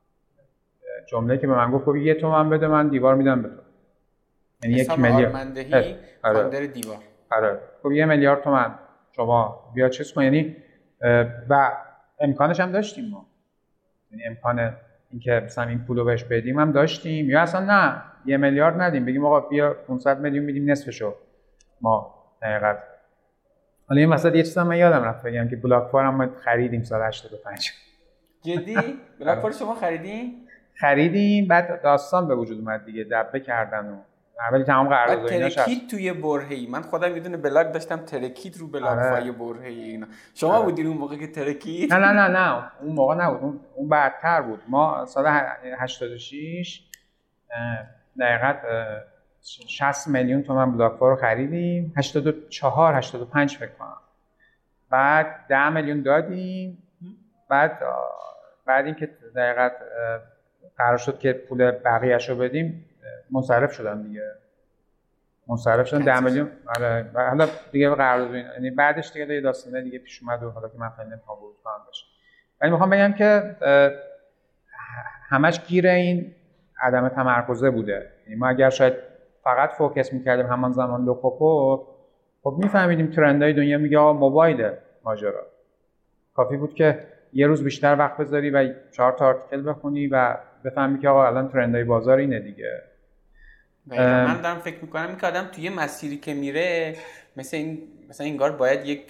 جمله که به من گفت یه تومن بده من دیوار میدم به تو، یعنی یک میلیارد آرمندهی فاندر دیوار. آره خب یه میلیارد تومن شما بیا چیز کن، یعنی و امکانش هم داشتیم ما، یعنی امکان اینکه مثلا این پولو بهش بدیم هم داشتیم، یا اصلا نه یه میلیارد ندیم بگیم آقا بیا پانصد میلیون میدیم نصفشو ما. حقیقت حالا این وسط یه چیزا من یادم رفت بگم که بلاک فارم ما خریدیم سال هشتاد و پنج. جدی بلاک فار شما خریدین؟ خریدیم بعد داستان به وجود اومد دیگه، دبه کردن و اولی تمام قرارداد و ایناش ترکید توی برهه‌ای. من خودم یه دونه بلاک داشتم ترکید رو بلاک فای برهه‌ای اینا. شما آره. بودین اون موقع که ترکید؟ نه نه نه نه اون موقع نبود، اون اون بعدتر بود. ما سال هشتاد و شش دقیقاً شصت میلیون تومان بلاک فای رو خریدیم، هشتاد و چهار هشتاد و پنج فکر کنم. بعد ده میلیون دادیم. بعد بعد اینکه دقیقاً قرار شد که پول بقیه‌اش رو بدیم منصرف شدن دیگه، منصرف شدن ده میلیون. آره حالا دیگه قرارداد، یعنی بعدش دیگه یه داستانه دیگه پیش اومد و حالا که من خیلی نمیخوام ورود کنم بشه. ولی میخوام بگم که همش گیر این عدم تمرکزه بوده. یعنی ما اگر شاید فقط فوکس میکردیم همان زمان لوکوپو، خب میفهمیدیم ترندهای دنیا میگه آقا موبایل ماجرا، کافی بود که یه روز بیشتر وقت بذاری و چهار تا آرتیکل بخونی و بفهمی که آقا الان ترندهای بازار اینه دیگه. من دارم فکر میکنم این که آدم توی مسیری که میره مثلا این مثلا انگار باید یک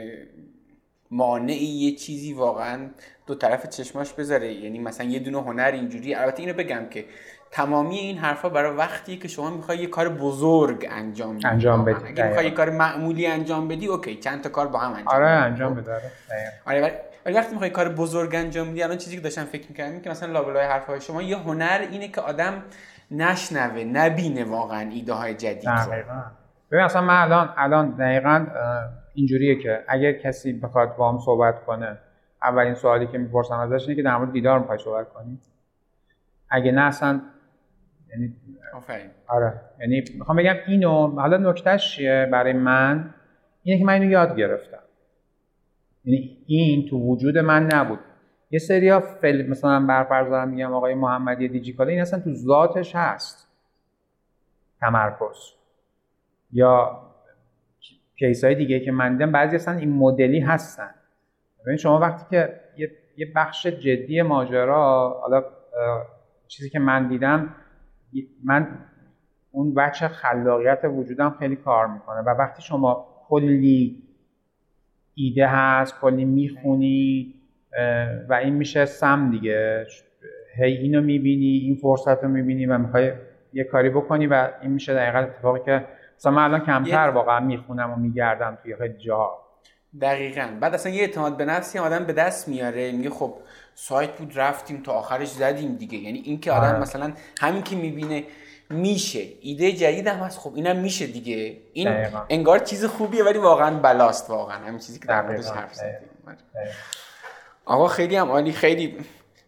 مانعی یه چیزی واقعا دو طرف چشماش بذاره. یعنی مثلا یه دونه هنر اینجوری، البته اینو بگم که تمامی این حرفا برای وقتی که شما میخوای یه کار بزرگ انجام بدی، انجام بدی. اگه میخوای یه کار معمولی انجام بدی اوکی چند تا کار با هم انجام آره انجام بده. آره ولی وقتی میخوای کار بزرگ انجام بدی، الان چیزی که داشتم فکر می‌کردم که مثلا لابلای حرفای شما یه هنر اینه که آدم نشنوه نبینه واقعا ایده های جدید رو. ببین اصلا من الان الان دقیقاً اینجوریه که اگر کسی بخواد با هم صحبت کنه اولین سوالی که میپرسم ازش اینه که در مورد دیدار میخوای صحبت کنی؟ اگه نه اصلا یعنی آفرین. آره یعنی میخوام بگم اینو حالا نکتهش چیه برای من اینه که من اینو یاد گرفتم. یعنی این تو وجود من نبود. یه سریا فل مثلا برفرض دارم میگم آقای محمدی دیجیکالا، این اصلا تو ذاتش هست تمرکز. یا کیسای دیگه که من دیدم بعضی اصلا این مدلی هستن. ببین شما وقتی که یه یه بخش جدی ماجرا، حالا چیزی که من دیدم، من اون بچه خلاقیت وجودم خیلی کار میکنه و وقتی شما کلی ایده هست، کلی میخونی و این میشه سم دیگه، هی اینو میبینی، این فرصت رو میبینی و میخوای یه کاری بکنی و این میشه دقیقا اتفاقی که مثلا من الان کمتر واقعا میخونم و میگردم توی خیلی جاها. دقیقاً. بعد اصلا یه اعتماد به نفسی آدم به دست میاره، میگه خب سایت بود رفتیم تا آخرش زدیم دیگه. یعنی این که آدم مثلا همین که میبینه میشه، ایده جدید هم هست، خب اینم میشه دیگه. این دقیقا. انگار چیز خوبیه ولی واقعا بلاست، واقعا همین چیزی که در موردش حرف زدیم. آقا خیلی هم عالی. خیلی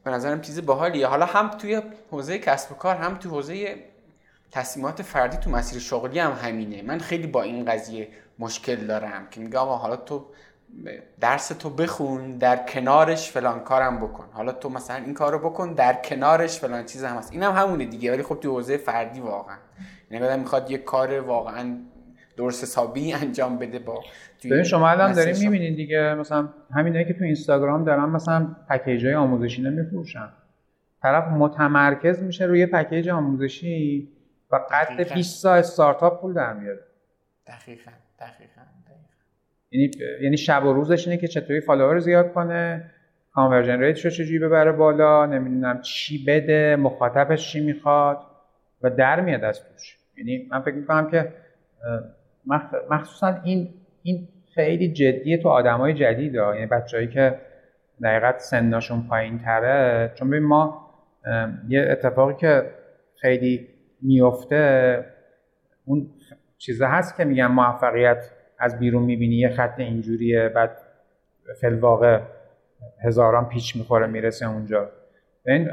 به نظرم چیز باحالیه. حالا هم توی حوزه کسب و کار، هم توی حوزه تصمیمات فردی تو مسیر شغلی هم همینه. من خیلی با این قضیه مشکل دارم که میگم حالا تو درس تو بخون، در کنارش فلان کارم بکن، حالا تو مثلا این کارو بکن در کنارش فلان چیز هم هست. اینم هم همونه دیگه، ولی خب تو حوزه فردی واقعا یعنی آدم میخواد یه کار واقعا درست حسابی انجام بده. با ببین شما الان دارین میبینین دیگه، مثلا همینایی که تو اینستاگرام دارن مثلا پکیج‌های آموزشی نمیفروشن، طرف متمرکز میشه روی پکیج آموزشی و قد بیست تا استارتاپ پول در میاره. دقیقاً دقیقاً یعنی یعنی شب و روزش اینه که چطوری فالوور زیاد کنه، کانورژن ریتش رو چجوری ببره بالا، نمیدونم چی بده، مخاطبش چی میخواد و در میاد از توش. یعنی من فکر میکنم که مخصوصا این این خیلی جدیه تو آدمای جدیدا، یعنی بچه‌ای که در حقیقت سنشون پایین‌تره. چون ببین ما یه اتفاقی که خیلی میفته، اون چیزا هست که میگن موفقیت از بیرون میبینی یه خط اینجوریه، بعد فی الواقع هزاران پیچ میخوره میرسه اونجا. ببین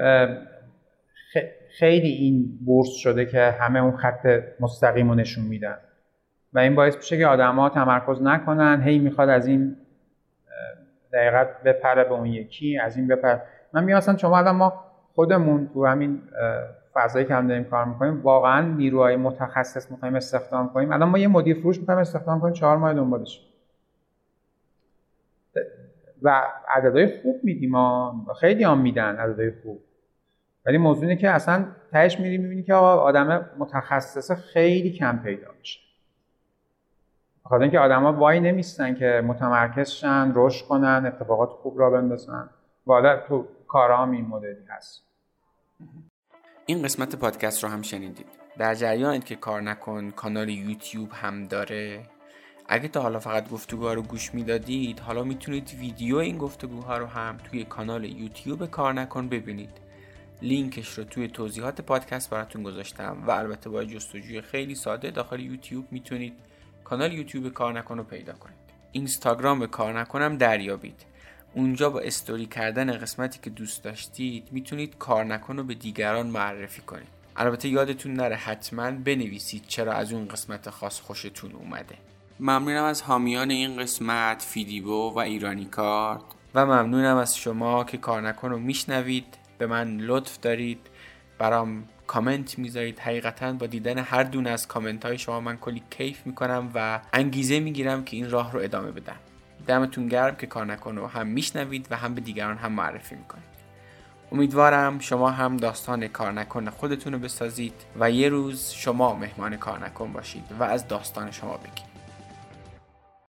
خیلی این بورس شده که همه اون خط مستقیم رو نشون میدن و این باعث میشه که آدم‌ها تمرکز نکنن، هی میخواد از این دقیقاً بپره به اون یکی، از این بپره. من میگم اصلا شما الان ما خودمون تو همین فضایی که هم داریم کار میکنیم واقعا نیروهای متخصص میخوایم استخدام کنیم. الان ما یه مدیر فروش میخوایم استخدام کنیم، چهار ماه دنبالش و عددهای خوب میدیم، ما خیلی هم میدن عددهای خوب، ولی موضوع اینه که اصلا تهش میری میبینی که آدم متخصص خیلی کم پیدا میشه. بخاطر اینکه آدما وای نمیستن که متمرکز شن، رشد کنن، اتفاقات خوب را بندازن. والا تو کارام این مدلی هست. این قسمت پادکست رو هم شنیدید. در جریانید که کار نکن کانال یوتیوب هم داره. اگه تا حالا فقط گفتگوها رو گوش میدادید، حالا میتونید ویدیو این گفتگوها رو هم توی کانال یوتیوب کار نکن ببینید. لینکش رو توی توضیحات پادکست براتون گذاشتم و البته با جستجوی خیلی ساده داخل یوتیوب میتونید کانال یوتیوب کار نکن رو پیدا کنید. اینستاگرام کار نکنم دریابید. اونجا با استوری کردن قسمتی که دوست داشتید میتونید کار نکن رو به دیگران معرفی کنید. البته یادتون نره حتما بنویسید چرا از اون قسمت خاص خوشتون اومده. ممنونم از حامیان این قسمت، فیدیبو و ایرانی کارت، و ممنونم از شما که کار نکن رو میشنوید، به من لطف دارید، برام کامنت میذارید. حقیقتا با دیدن هر دونه از کامنت های شما من کلی کیف میکنم و انگیزه میگیرم که این راه رو ادامه بدم. دمتون گرم که کار نکن رو هم میشنوید و هم به دیگران هم معرفی میکنید. امیدوارم شما هم داستان کار نکن خودتون رو بسازید و یه روز شما مهمان کار نکن باشید و از داستان شما بگید.